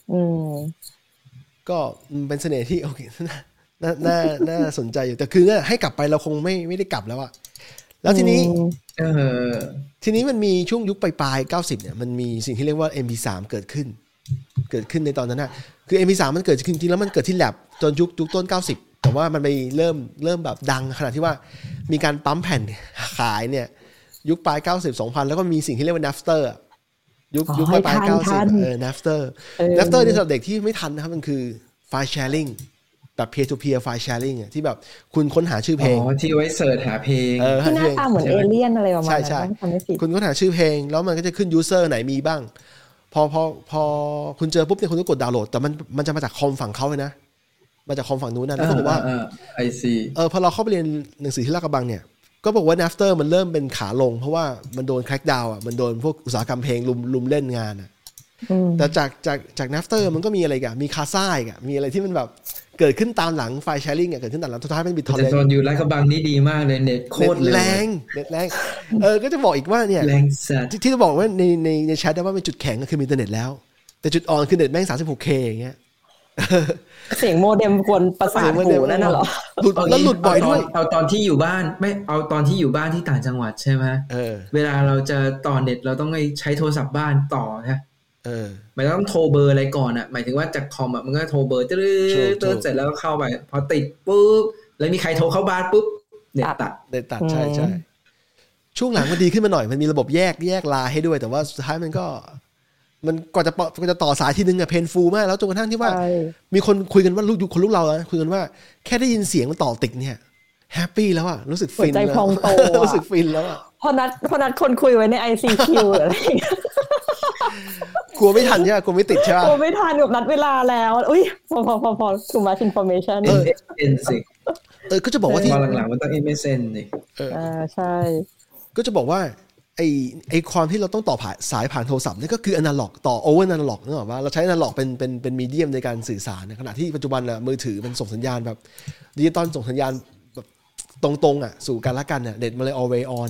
ก็เป็นเสน่ห์ที่โอเคน่าสนใจอยู่แต่คือให้กลับไปเราคงไม่ได้กลับแล้วอะแล้วทีนี้มันมีช่วงยุคปลาย90เนี่ยมันมีสิ่งที่เรียกว่า MP3 เกิดขึ้นในตอนนั้นนะคือ MP3 มันเกิดขึ้นจริงๆแล้วมันเกิดที่แลบจนยุคต้น90แต่ว่ามันไปเริ่มแบบดังขนาดที่ว่ามีการปั๊มแผ่นขายเนี่ยยุคปลาย90 2000แล้วก็มีสิ่งที่เรียกว่า Napster ยุคปลาย90Napster นี่สำหรับเด็กที่ไม่ทันนะครับมันคือไฟล์แชร์ลิงแบบ peer to peer ไฟล์แชร์ลิงที่แบบคุณค้นหาชื่อเพลงที่ไว้เสิร์ชหาเพลงที่หน้าตาเหมือนเอเลี่ยนอะไรประมาณนั้นใช่คุณค้นหาชื่อเพลงแล้วมันก็จะขึ้น user ไหนมีบ้างพอคุณเจอปุ๊บเนี่ยคุณต้องกดดาวน์โหลดแต่มันจะมาจากคอมฝั่งเขาเลยนะมาจากคอมฝั่งนู้นนะแล้วก็บอกว่าพอเราเข้าไปเรียนหนังสือที่ลาดกระบังเนี่ยก็บอกว่า Napster มันเริ่มเป็นขาลงเพราะว่ามันโดน crack down มันโดนพวกอุตสาหกรรมเพลงลุมเล่นงานแต่จาก Napster มันก็มีอะไรกันมีคาซ่าอีกมีอะไรที่มันแบบเกิดขึ้นตามหลังไฟล์แชร์ลิงเกิดขึ้นตามหลังสุดท้ายเป็นบิตทอร์เรนต์ตอนอยู่ลาดกระบังนี่ดีมากเลยเน็ตโคตรแรงก็จะบอกอีกว่าเนี่ยที่จะบอกว่าในแชทได้ว่าเป็นจุดแข็งก็คือมีอินเทอร์เน็ตแล้วแต่จุดอ่อนคือเน็ตแม่ง 36K อย่างเงี้ยเสียงโมเด็มกวนประสาทหูนั่นน่ะเหรอแล้วหลุดบ่อยด้วยเอาตอนที่อยู่บ้านไม่เอาตอนที่อยู่บ้านที่ต่างจังหวัดใช่ไหมเวลาเราจะต่อเน็ตเราต้องใช้โทรศัพท์บ้านต่อใช่หมายต้องโทรเบอร์อะไรก่อนหมายถึงว่าจากคอมมันก็โทรเบอร์ตึ๊ดเสร็จแล้วก็เข้าไปพอติดปุ๊บแล้วมีใครโทรเข้าบ้านปุ๊บเน็ตตัดใช่ช่วงหลังมันดีขึ้นมาหน่อยมันมีระบบแยกลาให้ด้วยแต่ว่าสุดท้ายมันก่อนจะต่อสายทีนึงเพนฟูลมากแล้วจนกระทั่งที่ว่ามีคนคุยกันว่าคนลูกเราคุยกันว่าแค่ได้ยินเสียงมันต่อติดเนี่ยแฮปปี้แล้วรู้สึกฟินใจพองโตรู้สึกฟินแล้วพอนัดคนคุยไว้ใน ICQ อะไรอย่างเงี้ยกลัวไม่ทันใช่ไหมกลัวไม่ติดใช่ไหมกลัวไม่ทันกับนัดเวลาแล้วอุ้ยพอ too much information ก็จะบอกว่าที่หลังๆมันต้อง MSN นี่ใช่ก็จะบอกว่าไอความที่เราต้องต่อสายผ่านโทรศัพท์นี่ก็คืออนาล็อกต่อโอเวอร์อนาล็อกนึกออกว่าเราใช้อนาล็อกเป็นมีเดียมในการสื่อสารในขณะที่ปัจจุบันมือถือมันส่งสัญญาณแบบดิจิตอลส่งสัญญาณแบบตรงๆสู่กันและกันเน็ตมันเลย always on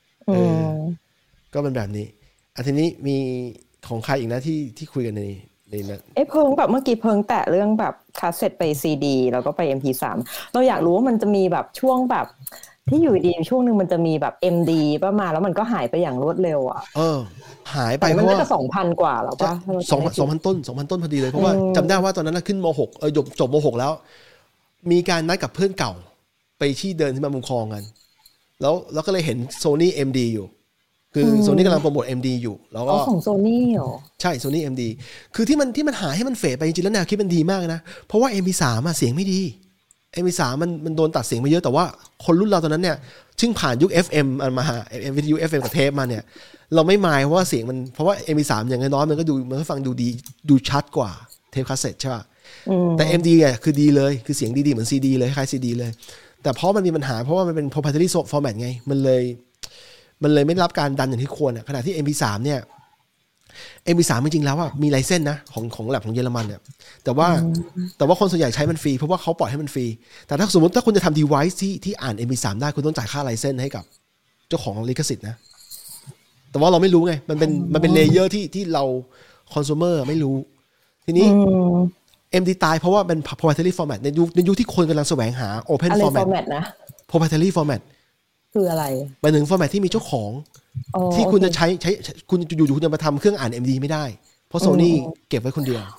ก็เป็นแบบนี้ทีนี้มีของใครอีกนะที่คุยกันในนั้นเพิ่งแบบเมื่อกี้เพิ่งแตะเรื่องแบบคาสเซ็ตไป CD แล้วก็ไป MP3 เราอยากรู้ว่ามันจะมีแบบช่วงแบบที่อยู่ดีช่วงนึงมันจะมีแบบ MD ประมาณแล้วมันก็หายไปอย่างรวดเร็วหายไปเพราะว่า 2,000 กว่าแล้วป่ะ 2,000 ต้นพอดีเลยเพราะว่าจำได้ว่าตอนนั้นขึ้นม.6 จบม.6 แล้วมีการนัดกับเพื่อนเก่าไปที่เดินที่มาบุญคลองกันแล้วก็เลยเห็น Sony MD อยู่คือ Sony กำลังโปรโมท MD อยู่แล้วก็ของ Sony เหรอใช่ Sony MD คือที่มันหายให้มันเฟดไปจริงๆแล้วแนวคิดมันดีมากนะเพราะว่า MP3 เสียงไม่ดีMP3 มันโดนตัดเสียงมาเยอะแต่ว่าคนรุ่นเราตอนนั้นเนี่ยซึ่งผ่านยุค FM มาวิทยุ FM กับเทปมาเนี่ยเราไม่มายเพราะว่าเสียงมันเพราะว่า MP3 อย่างน้อยมันก็ฟังดูดีดูชัดกว่าเทปคาสเซ็ตใช่ป่ะแต่ MD คือดีเลยคือเสียงดีๆเหมือน CD เลยคล้าย CD เลยแต่เพราะมันมีปัญหาเพราะว่ามันเป็น proprietary format ไงมันเลยไม่รับการดันอย่างที่ควรขณะที่ MP3 เนี่ย MP3 จริงๆแล้วมีไลเซนส์นะของแลบของเยอรมันเนี่ยแต่ว่าคนส่วนใหญ่ใช้มันฟรีเพราะว่าเขาปล่อยให้มันฟรีแต่ถ้าสมมติถ้าคุณจะทำ device ที่อ่าน MP3 ได้คุณต้องจ่ายค่าไลเซนส์ให้กับเจ้าของลิขสิทธิ์นะแต่ว่าเราไม่รู้ไงมันเป็นเลเยอร์ที่เรา consumer ไม่รู้ทีนี้ MD ตายเพราะว่าเป็น proprietary format ในยุคที่คนกำลังแสวงหา open format นะ proprietary format คืออะไรหมายถึง format ที่มีเจ้าของที่คุณจะใช้คุณอยู่คุณจะมาทำเครื่องอ่าน MD ไม่ได้เพราะ Sony เก็บไว้คนเดียว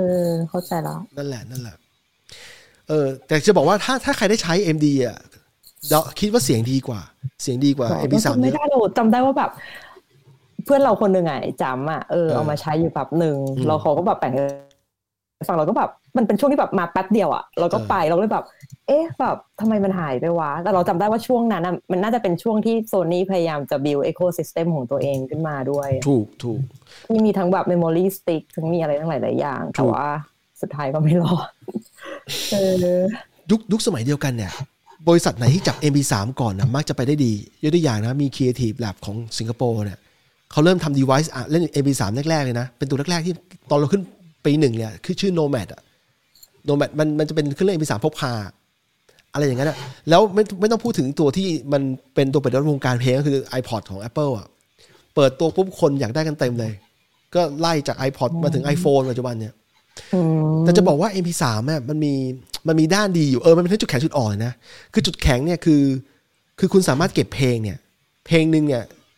เข้าใจแล้วนั่นแหละแต่จะบอกว่าถ้าใครได้ใช้ MD คิดว่าเสียงดีกว่าMP3 ไม่ได้เราจำได้ว่าแบบเพื่อนเราคนหนึ่งไงจำเอามาใช้อยู่แบบหนึ่งแล้วเขาก็แบบแปลงฟังเราก็แบบมันเป็นช่วงที่แบบมาแป๊บเดียวเราก็ไปเราเลยแบบแบบทำไมมันหายไปวะแต่เราจำได้ว่าช่วงนั้นมันน่าจะเป็นช่วงที่ Sony พยายามจะ build ecosystem ของตัวเองขึ้นมาด้วยถูกมีทั้งแบบ memory stick ทั้งมีอะไรทั้งหลายอย่างแต่ว่าสุดท้ายก็ไม่รอดยุคสมัยเดียวกันเนี่ยบริษัทไหนที่จับ MP3 ก่อนนะมักจะไปได้ดียกตัวอย่างนะมี Creative Lab ของสิงคโปร์เนี่ยเขาเริ่มทำ device เล่น MP3 แรกๆเลยนะเป็นตัวแรกๆที่ตอนเราขึ้นปี1เนี่ยคือชื่อ Nomad Nomad มันจะเป็นเครื่องเล่น MP3 พกพาอะไรอย่างนั้นแล้วไม่ต้องพูดถึงตัวที่มันเป็นตัวเปิดวงการเพลงก็คือ iPod ของ Apple เปิดตัวปุ๊บคนอยากได้กันเต็มเลยก็ไล่จาก iPod มาถึง iPhone ปัจจุบันเนี่ยแต่จะบอกว่า MP3 มันมีด้านดีอยู่มันเป็นจุดแข็งจุดอ่อนนะคือจุดแข็งเนี่ยคือคุณสามารถเก็บเพลงเนี่ยเพลงนึง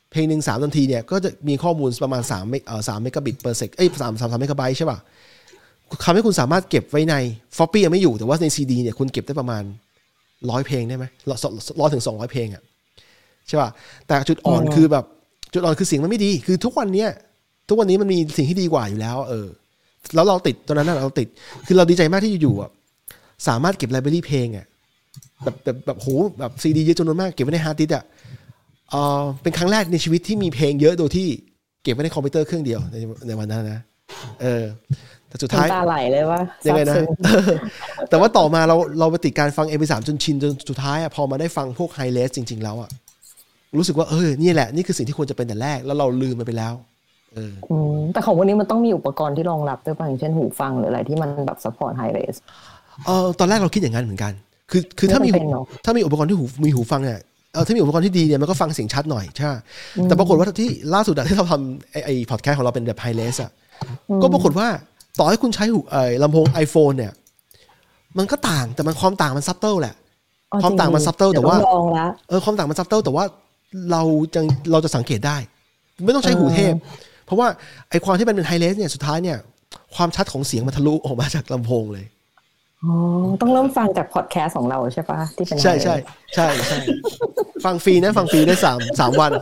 3 นาทีเนี่ยก็จะมีข้อมูลประมาณ3 เมกะบิตเปอร์เซก3 เมกะไบต์ใช่ป่ะทำให้คุณสามารถเก็บไว้ใน Floppy ยังไม่อยู่แต่ว่าใน CD เนี่ยคุณเก็บได้ประมาณ100เพลงได้ไหม100 ถึง 200เพลงใช่ป่ะแต่จุดอ่อนคือแบบจุดอ่อนคือเสียงมันไม่ดีคือทุกวันนี้มันมีสิ่งที่ดีกว่าอยู่แล้วแล้วเราติดตอนนั้นเราติดคือเราดีใจมากที่อยู่สามารถเก็บไลบรารีเพลงแบบโหแบบซีดีเยอะจำนวนมากเก็บไว้ในฮาร์ดดิสก์เป็นครั้งแรกในชีวิตที่มีเพลงเยอะโดยที่เก็บไว้ในคอมพิวเตอร์เครื่องเดียวในวันนั้นนะแต่สุดท้ายตาไหลเลยว่ายังไงนะแต่ว่าต่อมาเราไปติดการฟัง MP3 จนชินจนสุดท้ายพอมาได้ฟังพวกไฮเรสจริงๆแล้วรู้สึกว่านี่แหละนี่คือสิ่งที่ควรจะเป็นแต่แรกแล้วเราลืมมันไปแล้วแต่ของวันนี้มันต้องมีอุปกรณ์ที่รองรับด้วยป่ะอย่างเช่นหูฟังหรืออะไรที่มันแบบซัพพอร์ตไฮเรสตอนแรกเราคิดอย่างนั้นเหมือนกันคือถ้ามีอุปกรณ์ที่มีหูฟังเนี่ยถ้ามีอุปกรณ์ที่ดีเนี่ยมันก็ฟังเสียงชัดหน่อยใช่แต่ปรากฏว่าที่ล่าสุดที่เราทำไอ้พอดแคสต์ของเราเป็นแบบไฮเรสก็ปรากฏว่าต่อให้คุณใช้ลำโพง iPhone เนี่ยมันก็ต่างแต่มันความต่างมันซับเติลแหละความต่างมันซับเติลแต่ว่าความต่างมันซับเติลแต่ว่าเราจะสังเกตได้ไม่ต้องใช้หูเทพเพราะว่าไอ้ความที่มันเป็นไฮเรสเนี่ยสุดท้ายเนี่ยความชัดของเสียงมันทะลุออกมาจากลำโพงเลยต้องเริ่มฟังจากพอดแคสต์ของเราใช่ปะที่เป็นใช่ฟังฟรีนะฟังฟรีได้3 วัน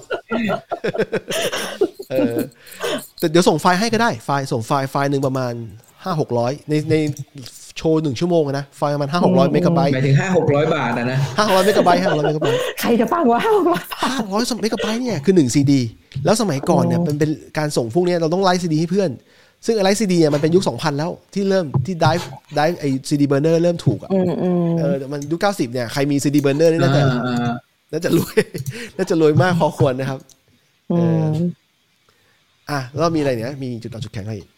แต่เดี๋ยวส่งไฟล์ให้ก็ได้ส่งไฟล์นึงประมาณ 500-600 ในโชว์1ชั่วโมงนะไฟล์ประมาณ 500-600 เมกะไบต์หมายถึง 500-600 บาทนะ 500 เมกะไบต์500 เมกะไบต์ใครจะฟังว่า 500 เมกะไบต์เนี่ยคือ1 CD แล้วสมัยก่อนเนี่ยเป็นการส่งพวกนี้เราต้องไลฟ์ CD ให้เพื่อนซึ่งไลฟ์ CD เนี่ยมันเป็นยุค 2000 แล้วที่เริ่มที่ไดฟ์ไอ้ CD burner เริ่มถูกมันยุค 90 เนี่ยใครมี CD burner นี่น่าจะรวยมากพอควรนะครับแล้วมีอะไรเนี่ยมีจุดอ่อนจุดแข็งอะไรอีก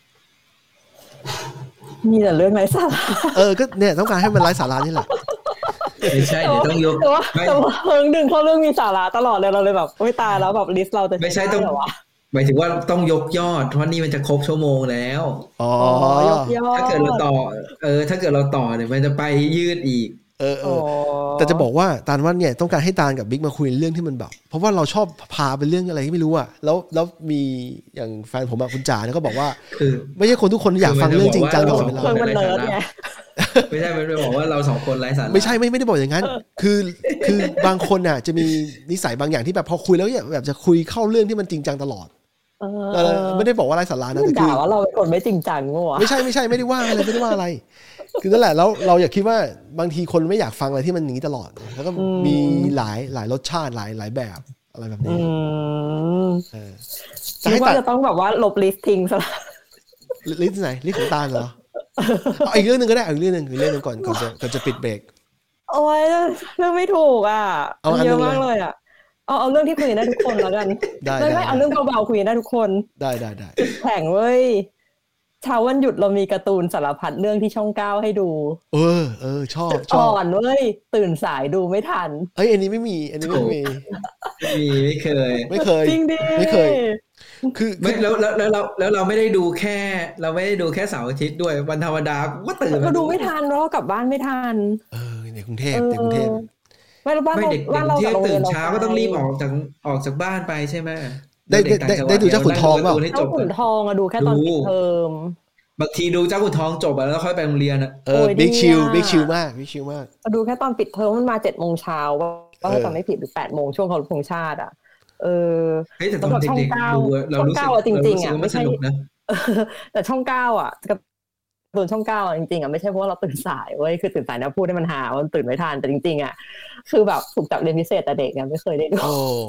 มีแต่เรื่องไร้สาระก็เนี่ยต้องการให้มันไร้สาระนี่แหละไม่ใช่เดี๋ยวต้องยกแต่ว่าเรื่องมีสาระตลอดเลยเราเลยแบบโอ๊ยตายแล้วแบบลิสต์เราจะไม่ใช่ต้องหมายถึงว่าต้องยกยอดเพราะนี่มันจะครบชั่วโมงแล้วยกยอดถ้าเกิดเราต่อถ้าเกิดเราต่อเนี่ยมันจะไปยืดอีกแต่จะบอกว่าตาลว่าเนี่ยต้องการให้ตาลกับบิ๊กมาคุยเรื่องที่มันแบบเพราะว่าเราชอบพาเป็นเรื่องอะไรที่ไม่รู้แล้วมีอย่างแฟนผมคุณจ๋าเนี่ยก็บอกว่าไม่ใช่คนทุกคนอยากฟังเรื่องจริงจังตลอดเวลามันเนิร์ดไงไม่ใช่ไม่ได้บอกว่าเรา2คนไร้สาระไม่ใช่ไม่ได้บอกอย่างนั้นคือบางคนน่ะจะมีนิสัยบางอย่างที่แบบพอคุยแล้วแบบจะคุยเข้าเรื่องที่มันจริงจังตลอดไม่ได้บอกว่าไร้สาระนะแต่คือว่าเราเป็นคนไม่จริงจังวะไม่ใช่ไม่ได้ว่าอะไรคือนั่นแหละแล้วเราอยากคิดว่าบางทีคนไม่อยากฟังอะไรที่มันอย่างนี้ตลอดแล้วก็มีหลายรสชาติหลายแบบอะไรแบบนี้คิดว่าจะต้องแบบว่าลบลิสต์ทิ้งซะลิสต์ไหนลิสต์ของตาลเหรออีกเรื่องนึงก็ได้อีกเรื่องนึงก่อนจะปิดเบรกโอ้ยเรื่องไม่ถูกเยอะมากเลยเอาเรื่องที่คุยได้ทุกคนแล้วกันไม่เอาเรื่องเบาๆคุยได้ทุกคนได้แข่งเว้ยเช้าวันหยุดเรามีการ์ตูนสารพัดเรื่องที่ช่อง9ให้ดูชอบอ่อนเว้ยตื่นสายดูไม่ทันอันนี้ไม่มีไม่เคยจริงดิไม่เคยคือแล้วเราไม่ได้ดูแค่เสาร์อาทิตย์ด้วยวันธรรมดาก็ตื่นก็ดูไม่ทันเพราะกลับบ้านไม่ทันในกรุงเทพไม่บ้านเราตื่นเช้าก็ต้องรีบออกจากบ้านไปใช่ไหมได้ดูเจ้าขุนทองเปล่าเจ้าขุนทองดูแค่ตอนปิดเทอมบางทีดูเจ้าขุนทองจบแล้วค่อยไปโรงเรียนบิ๊กชิลมากดูแค่ตอนปิดเทอมมันมา 7:00 นก็ถ้าจำไม่ผิดหรือ8 โมงช่วงเคารพธงชาติอ่ะแต่ตอนเด็กๆดูเรารู้สึกจริงๆอ่ะไม่ใช่นะแต่ช่อง9อ่ะโดนช่อง9จริงๆอ่ะไม่ใช่เพราะว่าเราตื่นสายเว้ยคือตื่นสายนะพูดให้มันหาว่าตื่นไม่ทันแต่จริงๆอ่ะคือแบบถูกจับเรียนพิเศษแต่เด็กอ่ะไม่เคยได้ดูโอ้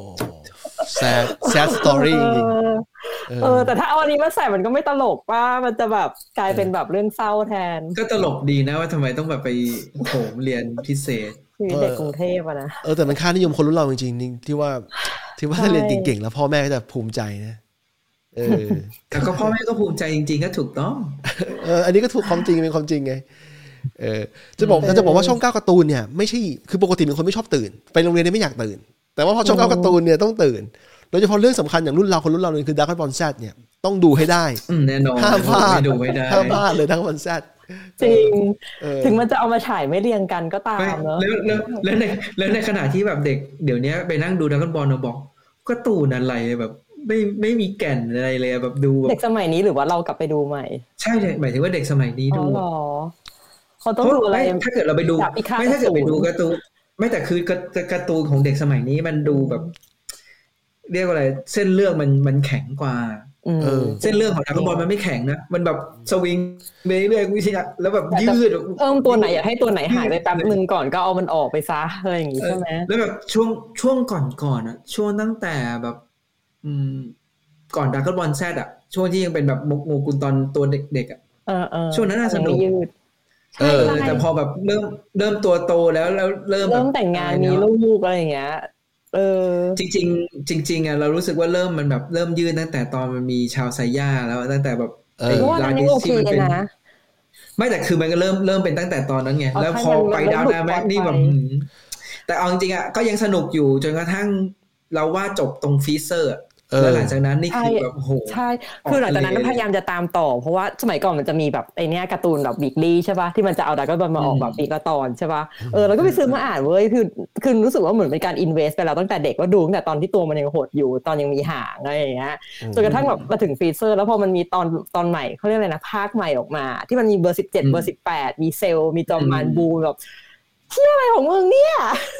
sad story จริงแต่ถ้าเอาอันนี้มาใส่มันก็ไม่ตลกป่ะมันจะแบบกลายเป็นแบบเรื่องเศร้าแทนก็ตลกดีนะว่าทำไมต้องแบบไปโหมเรียนพิเศษเด็กกรุงเทพอ่ะนะแต่มันค่านิยมคนรุ่นเราจริงๆที่ว่าถ้าเรียนเก่งๆแล้วพ่อแม่ก็จะภูมิใจนะแต่ก็พ่อแม่ก็ภูมิใจจริงๆก็ถูกต้องอันนี้ก็ถูกความจริงเป็นความจริงไงจะบอกว่าช่อง9การ์ตูนเนี่ยไม่ใช่คือปกติเป็นคนไม่ชอบตื่นไปโรงเรียนเนี่ยไม่อยากตื่นแต่ว่าพอช่อง9การ์ตูนเนี่ยต้องตื่นโดยเฉพาะเรื่องสำคัญอย่างคนรุ่นเราเนี่ยคือ Dragon Ball Z เนี่ยต้องดูให้ได้แน่นอนห้ามพลาดดูไม่ได้ห้ามพลาดเลย Dragon Ball Z จริงถึงมันจะเอามาฉายไม่เรียงกันก็ตามเนอะแล้วในขณะที่แบบเด็กเดี๋ยวนี้ไปนั่งดู Dragon Ball บอกการ์ตูนอะไรแบบไม่มีแก่นอะไรเลยแบบดูเด็กสมัยนี้หรือว่าเรากลับไปดูใหม่ใช่เลยหมายถึงว่าเด็กสมัยนี้ดูเขาต้องดูอะไรถ้าเกิดเราไปดูไม่ถ้าเกิดไปดูการ์ตูนไม่แต่คือการ์ตูนของเด็กสมัยนี้มันดูแบบเรียกว่าอะไรเส้นเรื่องมันแข็งกว่าเส้นเรื่องของดราก้อนบอลมันไม่แข็งนะมันแบบสวิงไปเรื่อยๆวิชาแล้วแบบยืดเพิ่มตัวไหนอยากให้ตัวไหนหายไปแป๊บนึงก่อนก็เอามันออกไปซะอะไรอย่างงี้ใช่ไหมแล้วแบบช่วงก่อนอ่ะช่วงตั้งแต่แบบก่อนดราก้อนบอลแซดอ่ะช่วงที่ยังเป็นแบบโมกุลตอนตัวเด็กๆอ่ะช่วงนั้นน่าสนุกแต่พอแบบเริ่มตัวโตแล้วเริ่มแต่งงานมีลูกอะไรอย่างเงี้ยจริงอ่ะเรารู้สึกว่ามันแบบเริ่มยืดตั้งแต่ตอนมันมีชาวไซย่าแล้วตั้งแต่แบบร้านที่มันเป็นไม่แต่คือมันก็เริ่มเป็นตั้งแต่ตอนนั้นไงแล้วพอไปดาวนาแม็กนี่แบบแต่เอาจริงๆอ่ะก็ยังสนุกอยู่จนกระทั่งเราว่าจบตรงฟีเซอร์แล้วหลังจากนั้นนี่คือแบบโหใช่คือหลังจากนั้นพยายามจะตามต่อเพราะว่าสมัยก่อนมันจะมีแบบไอเนี้ยการ์ตูนแบบวีคลี่ใช่ป่ะที่มันจะเอาดราก้อนบอลมาออกแบบปีละตอนใช่ป่ะแล้วก็ไปซื้อมาอ่านเว้ยคือรู้สึกว่าเหมือนเป็นการอินเวสต์ไปแล้วตั้งแต่เด็กว่าดูตั้งแต่ตอนที่ตัวมันยังหดอยู่ตอนยังมีหางอะไรอย่างเงี้ยจนกระทั่งแบบมาถึงฟีเซอร์แล้วพอมันมีตอนใหม่เขาเรียกอะไรนะภาคใหม่ออกมาที่มันมีเบอร์17เบอร์18มีเซลมีจอมมานบูแบบเที่ยอะไรของมึงเนี่ย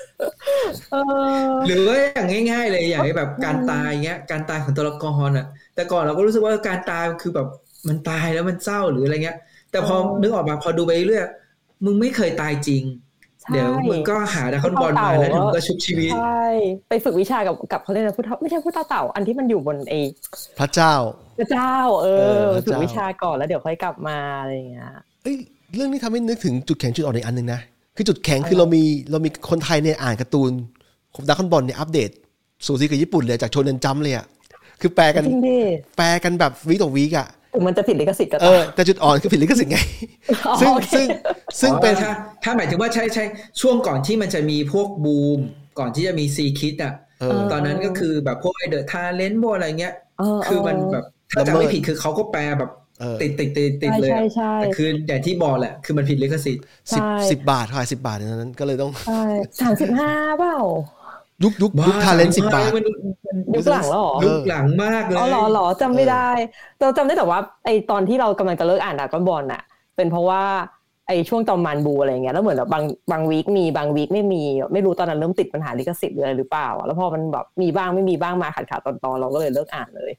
หรือว่าอย่างง่ายๆเลยอย่างแบบการตายเงี้ยการตายของตัวละครอ่ะแต่ก่อนเราก็รู้สึกว่าการตายคือแบบมันตายแล้วมันเศร้าหรืออะไรเงี้ยแต่พอนึกออกมาพอดูไปเรื่อยมึงไม่เคยตายจริงเดี๋ยวมึงก็หาดราก้อนบอลมาแล้วมึงก็ชุบชีวิตใช่ไปฝึกวิชากับเขาเรียกนะพุทธไม่ใช่พุทธเต่าอันที่มันอยู่บนพระเจ้าฝึกวิชาก่อนแล้วเดี๋ยวค่อยกลับมาอะไรอย่างเงี้ยเรื่องนี้ทำให้นึกถึงจุดแข็งจุดอ่อนอีกอันนึงนะคือจุดแข็งคือเรามีคนไทยเนี่ยอ่านการ์ตูนของดราก้อนบอลเนี่ยอัปเดตสู่ซีกับญี่ปุ่นเลยจากโชเน็นจัมป์เลยอ่ะคือแปลกันแบบวีต่อวีอ่ะมันจะผิดลิขสิทธิ์ก็แต่จุดอ่อนคือผิดลิขสิทธิ์ไงซึ่งเป็นถ้าหมายถึงว่าใช่ช่วงก่อนที่มันจะมีพวกบูมก่อนที่จะมีซีคิดอ่ะตอนนั้นก็คือแบบพวกเดอะทาเลนต์พวกอะไรเงี้ยคือมันแบบถ้าจำไม่ผิดคือเขาก็แปลแบบติดเลยแต่คืออย่างที่บอกแหละคือมันผิดลิขสิทธิ์ 10 บาทขาย10 บาทนั้นก็เลยต้อง 35เปล่ายุคทาเลนต์10 บาทยุคหลังแล้วหรอยุคหลังมากเลยหรอจำไม่ได้เราจำได้แต่ว่าไอตอนที่เรากำลังจะเลิกอ่านดราก้อนบอลน่ะเป็นเพราะว่าไอช่วงจอมมานบูอะไรเงี้ยแล้วเหมือนแบบบางวีคมีบางวีคไม่มีไม่รู้ตอนนั้นเริ่มติดปัญหาลิขสิทธิ์อะไรหรือเปล่าแล้วพอมันแบบมีบ้างไม่มีบ้างมาขาดตอนเราก็เลยเลิกอ่านเลย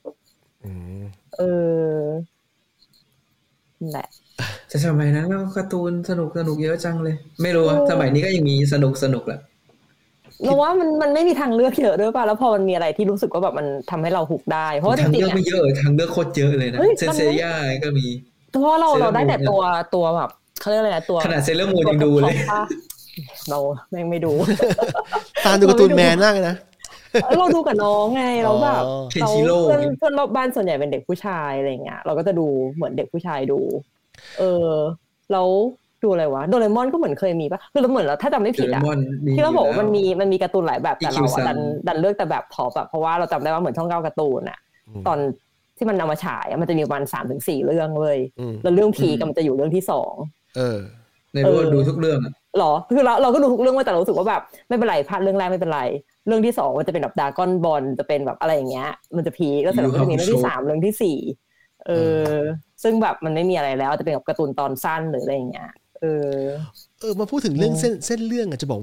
แหละแต่สมัยนั้นการ์ตูนสนุกเยอะจังเลยไม่รู้ว่าสมัยนี้ก็ยังมีสนุกแหละเราว่ามันไม่มีทางเลือกเยอะด้วยป่ะแล้วพอมันมีอะไรที่รู้สึกว่าแบบมันทำให้เราหุกได้เพราะทางเลือกไม่เยอะทางเลือกโคตรเยอะเลยนะเซนเซียก็มีเพราะเราได้แต่ตัวแบบเขาเรียกอะไรนะตัวขนาดเซเลอร์มูนยังดูเลยเราไม่ดูตามดูการ์ตูนแมนมากนะเราดูกับน้องไงเราแบบเพื่อนรอบบ้านส่วนใหญ่เป็นเด็กผู้ชายอะไรเงี้ยเราก็จะดูเหมือนเด็กผู้ชายดูแล้วดูอะไรวะโดเรมอนก็เหมือนเคยมีป่ะคือเราเหมือนเราถ้าจำไม่ผิดอ่ะที่เราบอกว่ามันมีการ์ตูนหลายแบบแต่เราดันเลือกแต่แบบพอแบบเพราะว่าเราจำได้ว่าเหมือนช่อง9การ์ตูนอ่ะตอนที่มันเอามาฉายมันจะมีประมาณ 3-4 เรื่องเลยแล้วเรื่องพีก็มันจะอยู่เรื่องที่2 ในรู้ดูทุกเรื่องอ่ะหรอคือเราก็ดูทุกเรื่องแต่เรารู้สึกว่าแบบไม่เป็นไรพลาดเรื่องแรกไม่เป็นไรเรื่องที่2มันจะเป็นแบบดราก้อนบอลจะเป็นแบบอะไรอย่างเงี้ยมันจะพีก็เสร็จแล้วก็จะมีเรื่องที่3เรื่องที่4ซึ่งแบบมันไม่มีอะไรแล้วจะเป็นแบบการ์ตูนตอนสั้นหรืออะไรอย่างเงี้ยมาพูดถึงเรื่องเส้นเรื่องอ่ะจะบอกว่า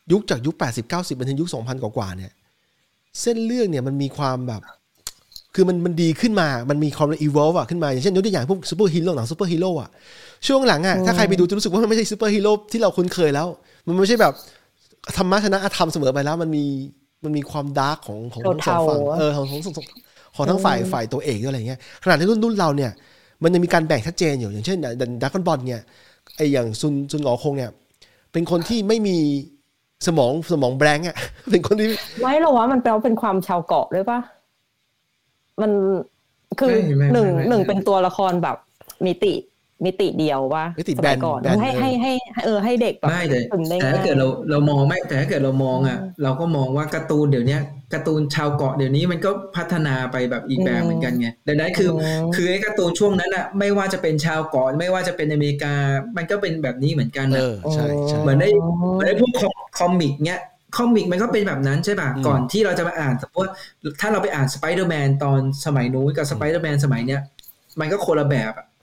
ยุคจากยุค80-90มาถึงยุค2000กว่าๆเนี่ยเส้นเรื่องเนี่ยมันมีความแบบคือมันดีขึ้นมามันมีความ evolve ขึ้นมาอย่างเช่นยกตัวอย่างพวกซูเปอร์ฮีโร่หนังซูเปอร์ฮีโร่อะช่วงหลังอะถ้าใครไปดูจะรู้สึกว่ามันไม่ใช่ซูเปอร์ฮีโร่ที่เราคุ้นเคยแล้วมันไม่ใช่แบบธรรมะชนะอธรรมเสมอไปแล้วมันมีความดาร์กของทั้งสองฝั่งของทั้งฝ่ายตัวเอกด้วยอะไรเงี้ยขนาดในรุ่นเราเนี่ยมันยังมีการแบ่งชัดเจนอยู่อย่างเช่นดราก้อนบอลเนี่ยไออย่างซุนหงอคงเนี่ยเป็นคนที่ไม่มีสมองแบงค์อ่ะเป็นคนที่ไม่หรอกว่ามันแปลว่าเป็นความชาวเกาะด้วยป่ะมันคือหนึ่งเป็นตัวละครแบบมิติเดียวว่าสมัยก่อนให้เด็กแบบแต่ถ้าเกิดเรามองไม่แต่ถ้าเกิดเรามองอ่ะเราก็มองว่าการ์ตูนเดี๋ยวนี้การ์ตูนชาวเกาะเดี๋ยวนี้มันก็พัฒนาไปแบบอีกแบบเหมือนกันไงดังนั้นคือไอ้การ์ตูนช่วงนั้นอ่ะไม่ว่าจะเป็นชาวเกาะไม่ว่าจะเป็นอเมริกามันก็เป็นแบบนี้เหมือนกันนะใช่เหมือนได้พวกคอมิกเนี้ยคอมิกมันก็เป็นแบบนั้นใช่ป่ะก่อนที่เราจะมาอ่านสมมติว่าถ้าเราไปอ่านสไปเดอร์แมนตอนสมัยนู้นกับสไปเดอร์แมนสมัยเนี้ยมันก็คนละแบบอ่ะ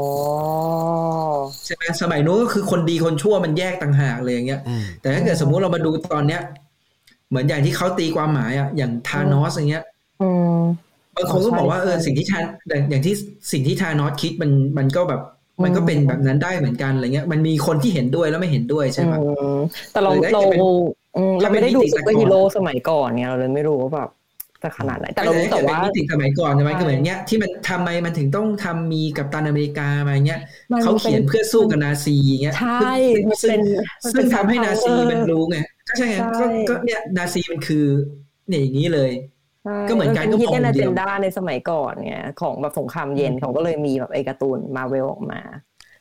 ใช่ไหมสมัยนู้นก็คือคนดีคนชั่วมันแยกต่างหากเลยอย่างเงี้ยแต่ถ้าเกิดสมมุติเรามาดูตอนเนี้ยเหมือนอย่างที่เขาตีความหมายอ่ะอย่างธานอสอย่างเงี้ยบางคนก็บอกว่าสิ่งที่อย่างที่สิ่งที่ธานอสคิดมันก็แบบมันก็เป็นแบบนั้นได้เหมือนกันอะไรเงี้ยมันมีคนที่เห็นด้วยแล้วไม่เห็นด้วยใช่ไหมแต่เราไม่ได้ดูซุปเปอร์ฮีโร่สมัยก่อนเนี่ยเราเลยไม่รู้ว่าแบบจะขนาดไหนแต่เรารู้แต่ว่ามิติสมัยก่อนใช่ไหมก็เหมือนเงี้ยที่มันทำไมมันถึงต้องทำมีกัปตันอเมริกามาเงี้ยเขาเขียนเพื่อสู้กับนาซีเงี้ยใช่ซึ่งทำให้นาซีมันรู้ไงก็ใช่ไงก็เนี่ยนาซีมันคือเนี่ยอย่างนี้เลยก็เหมือนกันก็คิดในอเจนดาในสมัยก่อนไงของแบบสงครามเย็นเขาก็เลยมีแบบไอ้การ์ตูนมาเวลออกมา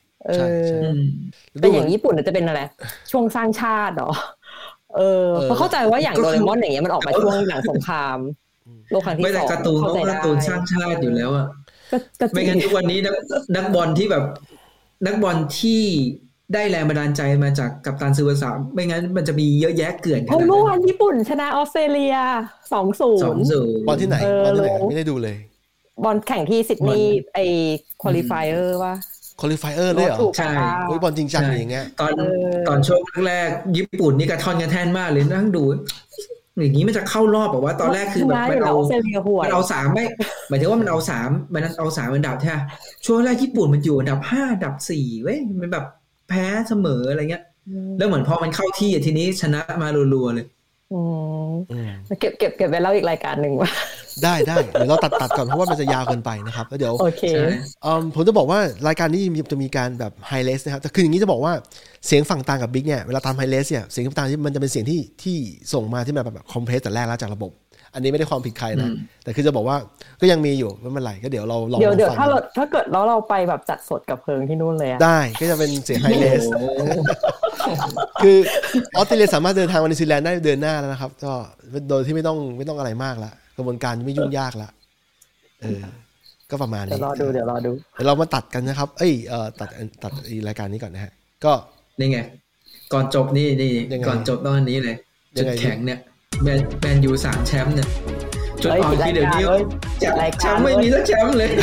แต่อย่างญี่ปุ่นจะเป็นอะไรช่วงสร้างชาติหรอเพราะเข้าใจว่าอย่างโดเรมอนอย่างเงี้ยมันออกมาช่วงหลังสงครามโลกครั้งที่2 ไม่แต่การ์ตูนสร้างชาติอยู่แล้วอ่ะไม่งั้นทุกวันนี้นักบอลที่แบบนักบอลที่ได้แรงบันดาลใจมาจากกัปตันซึบาสะไม่งั้นมันจะมีเยอะแยะเกินเมื่อวานญี่ปุ่นชนะออสเตรเลีย 2-0 บอลที่ไหนไม่ได้ดูเลยบอลแข่งที่ซิดนีย์ไอ้ควอลิฟายเออร์ว่าควอลิฟายเออร์เลยเหรอใช่บอลจริงจังอย่างเงี้ยตอนช่วงแรกญี่ปุ่นนี่กระท่อนกระแท่นมากเลยนั่งดูอย่างนี้มันจะเข้า รอบแบบว่าตอนแรกคือแบบมันเอา3ไม่หมายถึงว่ามันเอา3มันเอา3อันดับใช่มั้ยช่วงแรกญี่ปุ่นมันอยู่อันดับ5อันดับ4เว้ยมันแบบแพ้เสมออะไรเงี้ยแล้วเหมือนพอมันเข้าที่ทีนี้ชนะมารัวๆเลยเก็บไว้แล้วอีกรายการนึงว่าได้เดี๋ยวเราตัดก่อนเพราะว่ามันจะยาวเกินไปนะครับแล้วเดี๋ยวผมจะบอกว่ารายการนี้จะมีการแบบไฮเลสนะครับแต่คืออย่างนี้จะบอกว่าเสียงฝั่งต่างกับบิ๊กเนี่ยเวลาตามไฮเลสเนี่ยเสียงต่างที่มันจะเป็นเสียงที่ส่งมาที่แบบคอมเพรสแต่แรกแล้วจากระบบอันนี้ไม่ได้ความผิดใครนะแต่คือจะบอกว่าก็ยังมีอยู่ไม่เป็นไรก็เดี๋ยวเราลองเดี๋ยวถ้าเกิดเราไปแบบจัดสดกับเพิงที่นู่นเลยได้ก็จะเป็นเสียงไฮเลสคือออสเตรเลียสามารถเดินทางมานิวซีแลนด์ได้เดือนหน้าแล้วนะครับก็โดยที่ไม่ต้องอะไรมากละกระบวนการไม่ยุ่งยากละก็ประมาณนี้เดี๋ยวรอดูเดี๋ยวเรามาตัดกันนะครับตัดรายการนี้ก่อนนะฮะก็นี่ไงก่อนจบนี่ก่อนจบตอนนี้เลยจุดแข็งเนี่ยแมนยู3แชมป์เนี่ยจุดอ่อนที่เดี๋ยวนี้แชมป์ไม่มีสักแชมป์เลย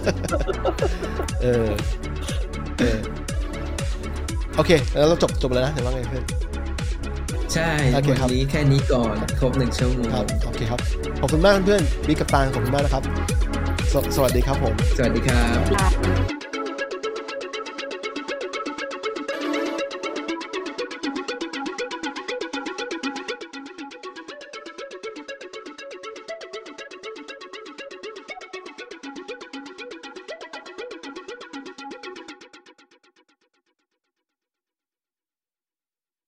โอเคแล้วเราจบแล้วนะเดี๋ยวว่าไงเพื่อนใช่วันนี้แค่นี้ก่อนครบ1ชั่วโมงครับโอเคครับขอบคุณมากเพื่อนบิ๊กกับตาลขอบคุณมากนะครับสวัสดีครับผมสวัสดีครับ